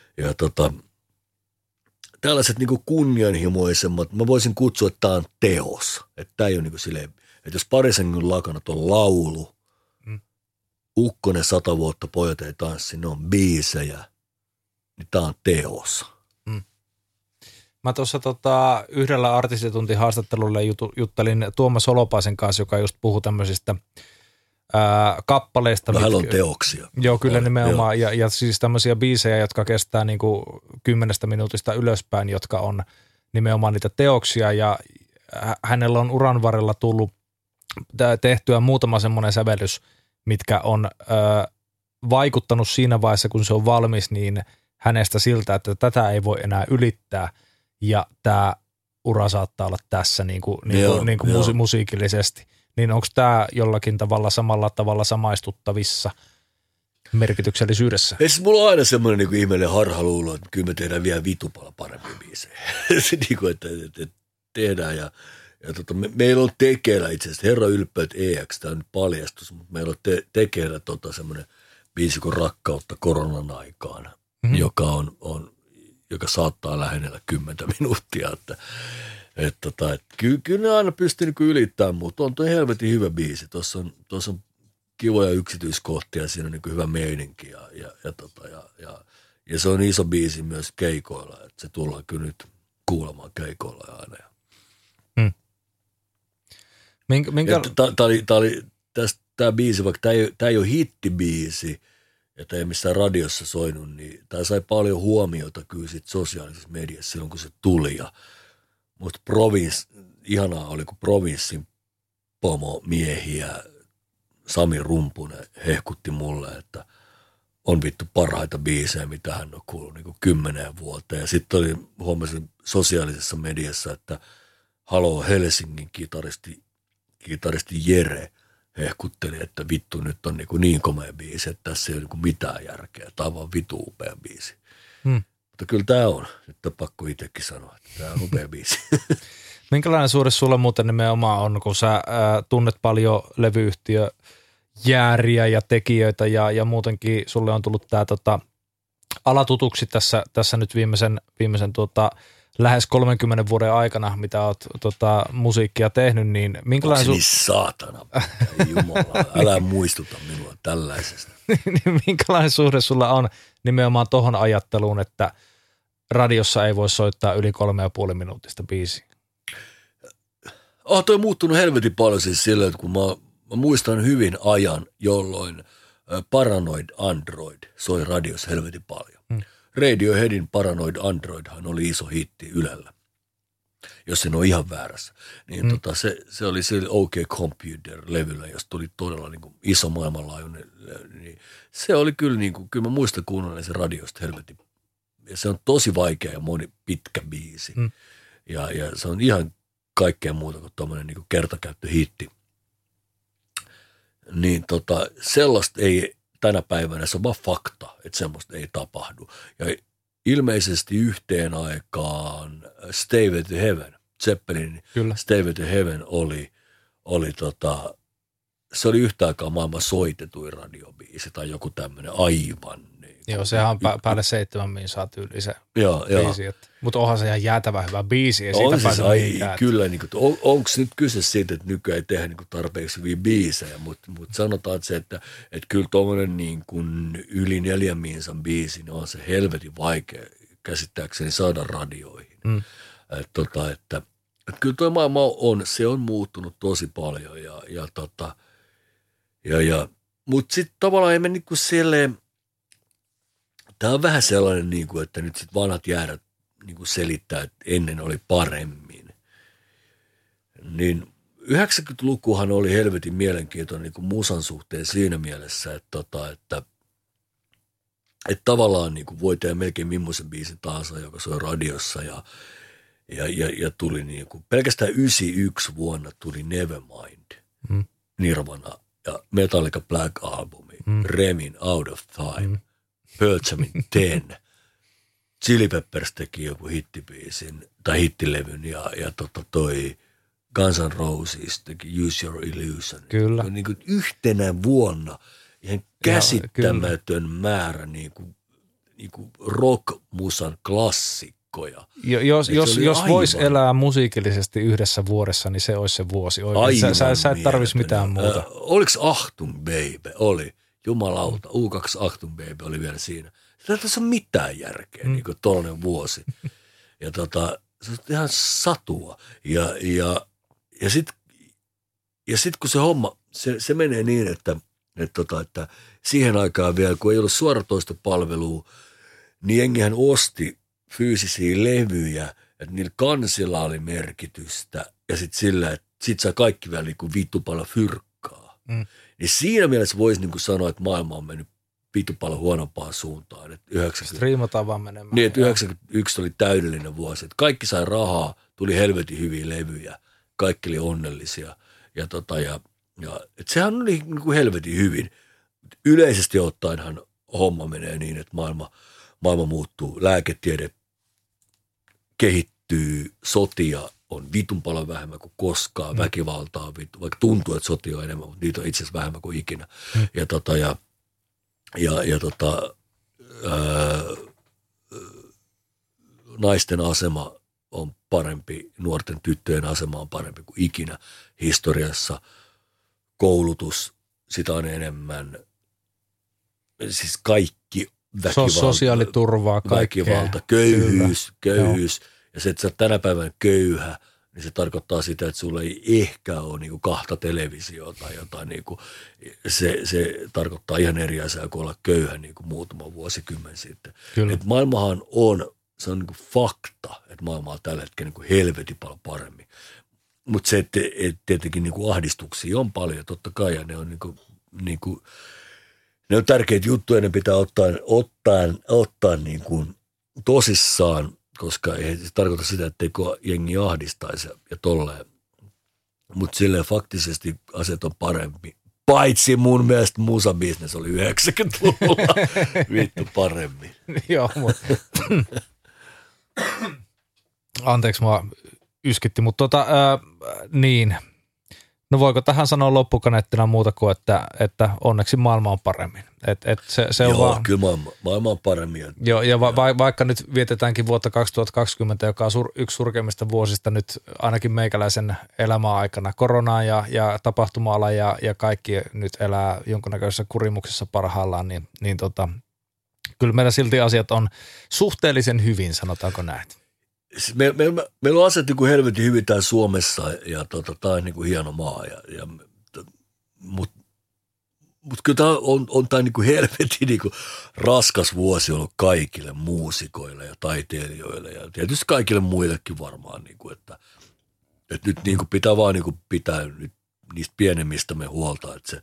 tällaiset niin kuin kunnianhimoisemmat, mä voisin kutsua, että tämä on teos. Että tämä ei ole niin kuin silleen, että jos Parisenkin lakanat on laulu, Ukkonen 100 vuotta pojat ei tanssi, ne on biisejä, niin tämä on teos. Mä tuossa yhdellä artistituntihaastattelulla juttelin Tuomas Holopaisen kanssa, joka just puhui tämmöisistä kappaleista. Vähän on teoksia. Joo, kyllä nimenomaan. Ja siis tämmöisiä biisejä, jotka kestää niinku 10 minuutista ylöspäin, jotka on nimenomaan niitä teoksia. Ja hänellä on uran varrella tullut tehtyä muutama semmoinen sävellys, mitkä on vaikuttanut siinä vaiheessa, kun se on valmis, niin hänestä siltä, että tätä ei voi enää ylittää. Ja tämä ura saattaa olla tässä musiikillisesti. Niin onko tämä jollakin tavalla samalla tavalla samaistuttavissa merkityksellisyydessä? Ei siis mulla on aina semmoinen niin ihmeellinen harhaluulo, että kyllä me tehdään vielä vitupalla parempia biisejä. että tehdään ja meillä on tekeillä itse asiassa Herra Ylppöt EX, tämä on nyt paljastus, mutta meillä on tekeillä semmoinen biisi kuin Rakkautta koronan aikaan, joka saattaa lähennellä 10 minuuttia, että kyllä ne aina pystyy niin ylittämään, mutta on tuo helvetin hyvä biisi. Tuossa on kivoja yksityiskohtia, siinä on niin hyvä meininki ja se on iso biisi myös keikoilla, että se tullaan kyllä nyt kuulemaan keikoilla aina. Tämä biisi, vaikka tämä ei ole hittibiisi, ja tämä ei missään radiossa soinut, niin tämä sai paljon huomiota kyllä sit sosiaalisessa mediassa silloin, kun se tuli. Mutta ihanaa oli, kun Provinssin pomomiehiä Sami Rumpunen hehkutti mulle, että on vittu parhaita biisejä, mitä hän on kuullut niin kuin 10 vuoteen. Ja sitten huomasin sosiaalisessa mediassa, että Halo Helsingin kitaristi Jere hehkutteli, että vittu nyt on niin komea biisi, että tässä ei ole mitään järkeä. Tämä on vaan vittu upea biisi. Mutta kyllä tämä on. Nyt on pakko itsekin sanoa, että tämä on upea biisi. Minkälainen suhde sulla muuten nimenomaan on, kun sä tunnet paljon levyyhtiö jääriä ja tekijöitä ja muutenkin sulle on tullut tämä ala tutuksi tässä nyt viimeisen lähes 30 vuoden aikana, mitä oot musiikkia tehnyt, niin minkälainen... Onko se niin saatana? Jumala, älä muistuta minua tällaisesta. Niin minkälainen suhde sulla on nimenomaan tohon ajatteluun, että radiossa ei voi soittaa yli 3,5 minuutista biisiä? Toi muuttunut helvetin paljon siis silleen, että kun mä muistan hyvin ajan, jolloin Paranoid Android soi radiossa helvetin paljon. Radioheadin Paranoid Androidhan oli iso hitti Ylellä, jos en ole ihan väärässä. Niin se oli sillä OK Computer-levyllä, josta tuli todella niin kuin iso maailmanlaajuinen. Niin se oli kyllä, niin kuin, kyllä mä muistan kuunnella sen radiosta helvetin. Ja se on tosi vaikea ja pitkä biisi. Ja se on ihan kaikkea muuta kuin tommoinen niin kuin kertakäyttöhitti. Niin sellaista ei tänä päivänä, se on vaan fakta, että semmoista ei tapahdu. Ja ilmeisesti yhteen aikaan Stay with the Heaven, Zeppelin Stay with the Heaven oli se oli yhtä aikaa maailman soitetuin radiobiisi tai joku tämmöinen aivan. Joo, sehän on päälle 7 minsaa tyyli se biisi. Mutta onhan se ihan jäätävän hyvä biisi. Ei siitä pääse mihinkään. Kyllä, niin onko nyt kyse siitä, että nykyään ei tehdä niin tarpeeksi hyviä biisejä, mutta sanotaan että se, että kyllä tuommoinen niin yli 4 minsan biisi, niin on se helvetin vaikea käsittääkseni saada radioihin. Että kyllä tuo maailma se on muuttunut tosi paljon mutta sitten tavallaan ei me niin kuin silleen, tämä on vähän sellainen, niin kuin, että nyt sitten vanhat jäädät niin kuin selittää, että ennen oli paremmin. Niin 90-lukuhan oli helvetin mielenkiintoinen niin kuin musan suhteen siinä mielessä, että tavallaan niin kuin voi tehdä melkein millaisen biisin tahansa, joka soi radiossa ja tuli niin kuin, pelkästään 91 vuonna tuli Nevermind, Nirvana ja Metallica Black Albumi, Remin Out of Time, Pearl Jamin 10. Chili Peppers teki joku hittibiisin tai hittilevyn ja toi Guns N' Roses teki Use Your Illusion. Kyllä. Niin kuin yhtenä vuonna ihan käsittämätön määrä niin kuin rock-musan klassikkoja. Jos voisi elää musiikillisesti yhdessä vuodessa, niin se olisi se vuosi oikein. Sä et tarvitsisi mitään muuta. Oliko Achtung Baby? Oli. Jumalauta, U2 Achtung Baby oli vielä siinä. Tässä on mitään järkeä, niin kuin tollainen vuosi. Ja se on ihan satua. Ja sit kun se homma, se menee niin, että siihen aikaan vielä, kun ei ollut suoratoistopalvelua, niin jengihän osti fyysisiä levyjä, että niillä kansilla oli merkitystä. Ja sitten sillä, että sit saa kaikki vielä niin kuin vittu paljon fyrkkaa. Niin siinä mielessä voisi niin kuin sanoa, että maailma on mennyt vittu paljon huonompaan suuntaan. Striimataan vaan menemään. Niin, että 91 oli täydellinen vuosi. Että kaikki sai rahaa, tuli helvetin hyviä levyjä, kaikki oli onnellisia. Ja että sehän oli niin kuin helvetin hyvin. Yleisesti ottaenhan homma menee niin, että maailma muuttuu, lääketiede kehittyy, sotia on vitun paljon vähemmän kuin koskaan, väkivaltaa on vittu, vaikka tuntuu, että sotia on enemmän, mutta niitä on itse asiassa vähemmän kuin ikinä. Naisten asema on parempi, nuorten tyttöjen asema on parempi kuin ikinä historiassa. Koulutus, sitä on enemmän, siis kaikki väkivalta. Sosiaaliturvaa, kaikkea. Väkivalta, köyhyys. Ja se, että sä oot tänä päivänä köyhä, niin se tarkoittaa sitä, että sulla ei ehkä ole niin kuin 2 televisiota tai jotain. Niin kuin, se tarkoittaa ihan eri asiaa kuin olla köyhä niin kuin muutama vuosikymmen sitten. Et maailmahan se on niin kuin fakta, että maailma on tällä hetkellä niin kuin helvetin paljon paremmin. Mutta se, että tietenkin niin kuin ahdistuksia on paljon, totta kai, ja ne on, niin kuin, ne on tärkeitä juttuja, ne pitää ottaa niin kuin tosissaan, koska ei se tarkoita sitä, etteikö jengi ahdistaisi ja tolleen. Mutta silleen faktisesti asiat on parempi. Paitsi mun mielestä musabisnes oli 90-luvulla vittu paremmin. Joo, mutta anteeksi, mua yskitti, mutta niin. No voiko tähän sanoa loppukaneettina muuta kuin, että onneksi maailma on paremmin. Se on vaan, kyllä maailma on paremmin. Joo, ja vaikka nyt vietetäänkin vuotta 2020, joka on yksi surkeimmista vuosista nyt ainakin meikäläisen elämäaikana. Korona ja tapahtuma-ala ja kaikki nyt elää jonkunnäköisessä kurimuksessa parhaillaan, niin kyllä meillä silti asiat on suhteellisen hyvin, sanotaanko näin. Meillä on asiat niin kuin helvetin hyvin täällä Suomessa ja tämä on niin kuin hieno maa. Mutta kyllä tämä on tämä niin kuin helvetin niin kuin raskas vuosi ollut kaikille muusikoille ja taiteilijoille ja tietysti kaikille muillekin varmaan. Niin kuin, että nyt niin kuin pitää vaan niin kuin pitää nyt niistä pienemmistä me huolta, että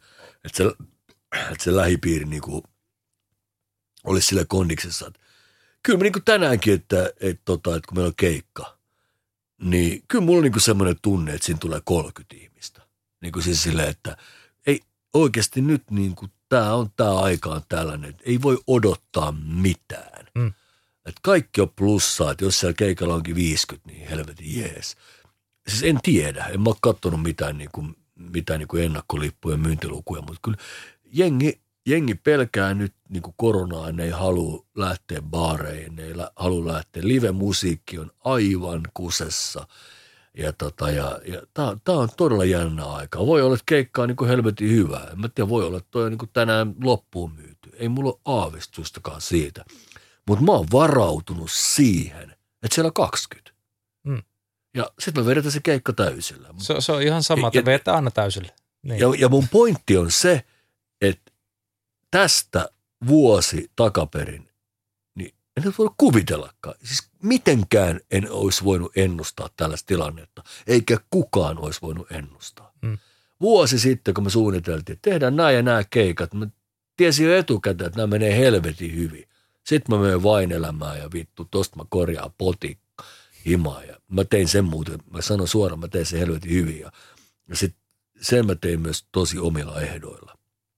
se lähipiiri niin kuin olisi sillä kondiksessa. Kyllä mä niin kuin tänäänkin, että kun meillä on keikka, niin kyllä mulla on niin kuin semmoinen tunne, että siinä tulee 30 ihmistä. Niin kuin siis silleen, että ei oikeasti nyt niin kuin tämä aika on tällainen, että ei voi odottaa mitään. Että kaikki on plussaa, että jos siellä keikalla onkin 50, niin helvetin jees. Siis en tiedä, en mä ole katsonut mitään ennakkolippujen myyntilukuja, mutta kyllä jengi pelkää nyt niin kuin koronaa, ne ei halua lähteä baareihin, ne ei halua lähteä. Live-musiikki on aivan kusessa ja tämä on todella jännä aikaa. Voi olla, että keikka on niin kuin helvetin hyvää. En mä tiedä, voi olla, että toi on niin kuin tänään loppuun myyty. Ei mulla ole aavistustakaan siitä. Mutta mä oon varautunut siihen, että siellä on 20. Ja sitten me vedetään se keikka täysillä. Se on ihan sama, että vedetään aina täysillä. Niin. Ja mun pointti on se, että tästä vuosi takaperin, niin en nyt voi kuvitellakaan. Siis mitenkään en olisi voinut ennustaa tällaista tilannetta, eikä kukaan olisi voinut ennustaa. Vuosi sitten, kun me suunniteltiin, että tehdään nämä ja nämä keikat, mä tiesin jo etukäteen, että nämä menee helvetin hyvin. Sitten mä menen vain elämään ja vittu, tosta mä korjaan himaa. Ja mä tein sen muuten, mä sanon suoraan, mä tein sen helvetin hyvin. Ja sitten sen mä tein myös tosi omilla ehdoilla.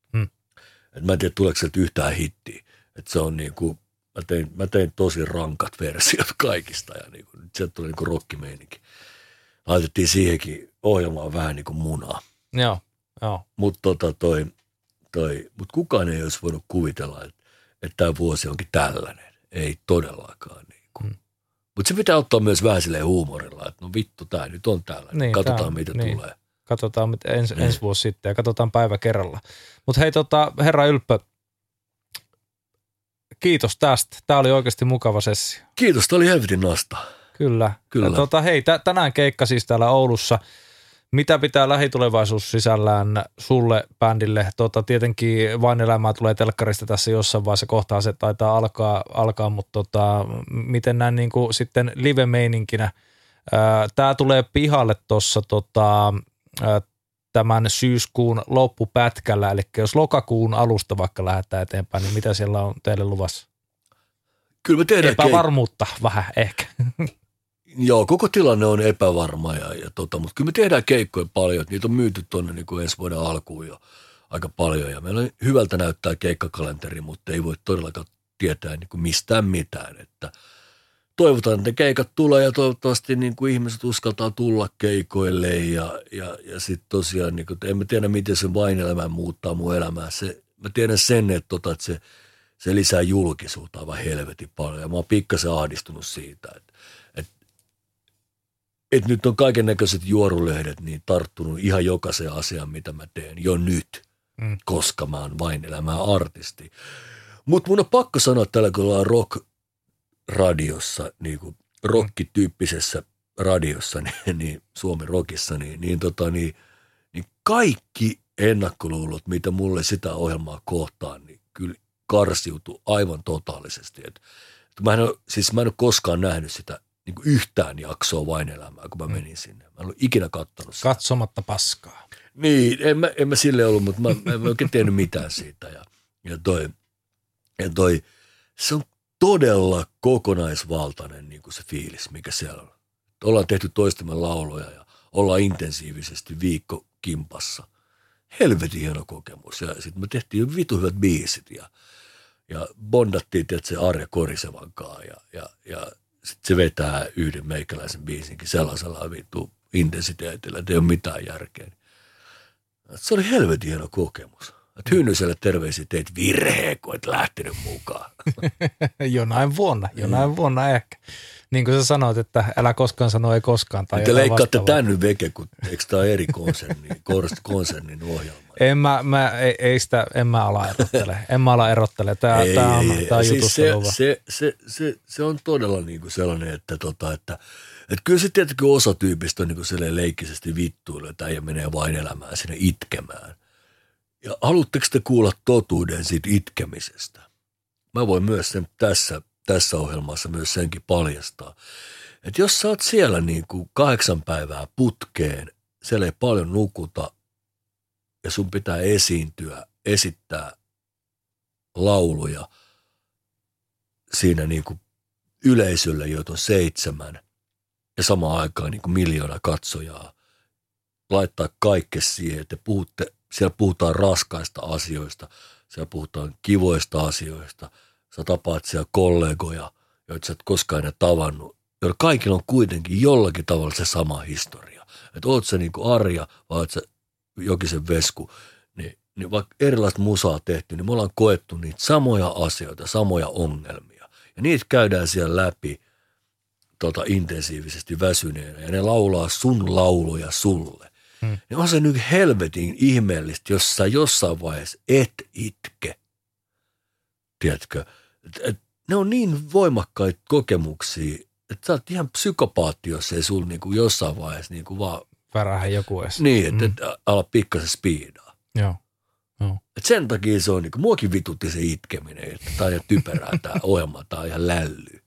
Et mä en tiedä, tuleeko sieltä yhtään hittiä. Että se on niinku, mä tein tosi rankat versiot kaikista ja niinku, sieltä tuli niinku rockimeininki. Laitettiin siihenkin ohjelmaan vähän niinku munaa. Joo. Mutta mut kukaan ei olisi voinut kuvitella, että tämä vuosi onkin tällainen. Ei todellakaan niinku. Mutta se pitää ottaa myös vähän silleen huumorilla, että no vittu, tämä nyt on tällainen. Niin, katsotaan mitä tulee. Katsotaan ensi vuosi sitten ja katsotaan päivä kerralla. Mutta hei herra Ylppö, kiitos tästä. Tämä oli oikeasti mukava sessio. Kiitos, tämä oli helvetin nasta. Kyllä. Hei, tänään keikka siis täällä Oulussa. Mitä pitää lähitulevaisuus sisällään sulle bändille? Tietenkin Vain elämää tulee telkkarista tässä jossain vaiheessa, kohtaa se taitaa alkaa mutta miten näin niin kuin sitten live-meininkinä? Tämä tulee pihalle tuossa tämän syyskuun loppupätkällä, eli jos lokakuun alusta vaikka lähdetään eteenpäin, niin mitä siellä on teille luvassa? Kyllä me tehdään epävarmuutta vähän ehkä. Joo, koko tilanne on epävarma, mutta kyllä me tehdään keikkoja paljon, niitä on myyty tuonne niin kuin ensi vuoden alkuun jo aika paljon, ja meillä hyvältä näyttää keikkakalenteri, mutta ei voi todellakaan tietää niin kuin mistään mitään, että toivotaan, että ne keikat tulee ja toivottavasti niin kuin ihmiset uskaltaa tulla keikoille ja sitten tosiaan, niin kuin, en mä tiedä miten se Vain elämä muuttaa mun elämää. Mä tiedän sen, että se lisää julkisuutta aivan helvetin paljon ja mä oon pikkasen ahdistunut siitä, että nyt on kaikennäköiset juorulehdet niin tarttunut ihan jokaiseen asiaan, mitä mä teen jo nyt, koska mä oon Vain elämää artisti. Mutta mun on pakko sanoa tällä, kun ollaan radiossa, niin kuin rock-tyyppisessä radiossa, niin Suomen rockissa, niin kaikki ennakkoluulot, mitä mulle sitä ohjelmaa kohtaan, niin kyllä karsiutui aivan totaalisesti. Mä en ole koskaan nähnyt sitä niin kuin yhtään jaksoa Vain elämää, kun mä menin sinne. Mä en ole ikinä katsonut sitä. Katsomatta paskaa. Niin, en mä sille ollut, mutta mä en oikein tiennyt mitään siitä. Ja toi, se on todella kokonaisvaltainen niin kuin se fiilis, mikä siellä on. Ollaan tehty toistemme lauloja ja ollaan intensiivisesti viikko kimpassa. Helvetin hieno kokemus. Ja sitten me tehtiin vitu hyvät biisit ja bondattiin se Arja Korisevankaan ja sitten se vetää yhden meikäläisen biisinkin sellaisella vittu intensiteetillä, että ei ole mitään järkeä. Se oli helvetin hieno kokemus. Hynnyselle terveisiä teit virheen, kun et lähtenyt mukaan. jonain vuonna ehkä. Niin kuin sä sanoit, että älä koskaan sano ei koskaan. Tai te leikkaatte tän nyt veke, kun eikö tämä eri konsernin ohjelma? En mä ala erottele. Tämä on jutustelua. Se on todella niinku sellainen, että kyllä se tietenkin osa tyypistä on niinku sellainen leikkisesti vittuilu, että äijä menee vain elämään sinne itkemään. Ja haluatteko te kuulla totuuden siitä itkemisestä? Mä voin myös sen tässä ohjelmassa myös senkin paljastaa. Että jos sä oot siellä niinku 8 päivää putkeen, siellä ei paljon nukuta ja sun pitää esittää lauluja siinä niinku yleisölle, joita on 7 ja samaan aikaan niinku 1 miljoona katsojaa, laittaa kaikki siihen, että siellä puhutaan raskaista asioista, siellä puhutaan kivoista asioista, sä tapaat siellä kollegoja, joita sä et koskaan enää tavannut, joilla kaikilla on kuitenkin jollakin tavalla se sama historia. Että oot sä niinku Arja vai oot sä Jokisen Vesku, niin vaikka erilaista musaa tehty, niin me ollaan koettu niitä samoja asioita, samoja ongelmia. Ja niitä käydään siellä läpi intensiivisesti väsyneenä ja ne laulaa sun lauluja sulle. Niin on se nyt helvetin ihmeellistä, jos sä jossain vaiheessa et itke. Tiedätkö? Ne on niin voimakkaita kokemuksia, että sä oot ihan psykopaatti, jos ei sulla niinku jossain vaiheessa niinku vaan... Värähän joku edes. Niin, että ala pikkasen spiidaa. Joo. Et sen takia se on niinku, muakin vitutti se itkeminen, että tää on ihan typerää tää ohjelma, tää on ihan lälly.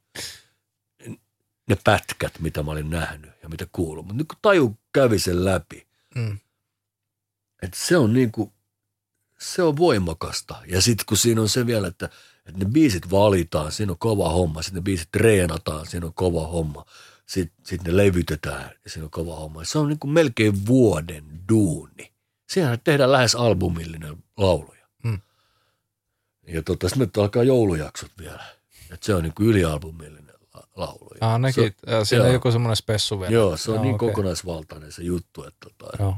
Ne pätkät, mitä mä olin nähnyt ja mitä kuullut. Mutta nyt kun taju kävi sen läpi, että se on niinku, se on voimakasta. Ja sitten kun siinä on se vielä, että ne biisit valitaan, siinä on kova homma. Sitten ne biisit treenataan, siinä on kova homma. Sitten ne levytetään ja siinä on kova homma. Se on niinku melkein vuoden duuni. Siinähän tehdään lähes albumillinen lauluja. Ja sitten nyt alkaa joulujaksot vielä. Että se on niinku ylialbumillinen laulu. Nekin, siinä on joku semmoinen spessu vielä. Joo, se on niin kokonaisvaltainen se juttu. Että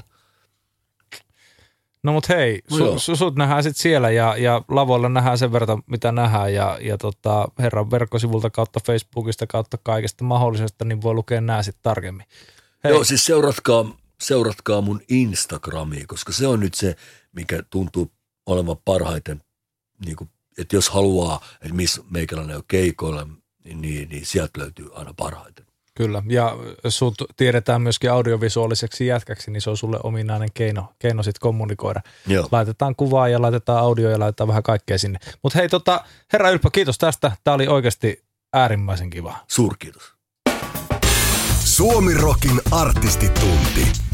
No mut hei, sut nähdään sitten siellä ja lavoilla nähdään sen verran, mitä nähdään ja herran verkkosivulta kautta Facebookista kautta kaikesta mahdollisesta, niin voi lukea nää sitten tarkemmin. Hei. Joo, siis seuratkaa mun Instagramia, koska se on nyt se, mikä tuntuu olevan parhaiten, niin kuin, että jos haluaa, että missä meikäläinen on keikoilla, niin sieltä löytyy aina parhaiten. Kyllä, ja sut tiedetään myöskin audiovisuaaliseksi jätkäksi, niin se on sulle ominainen keino sitten kommunikoida. Joo. Laitetaan kuvaa ja laitetaan audio ja laitetaan vähän kaikkea sinne. Mutta hei, herra Ylppö, kiitos tästä. Tämä oli oikeasti äärimmäisen kiva. Suurkiitos. Suomi Rockin artistitunti.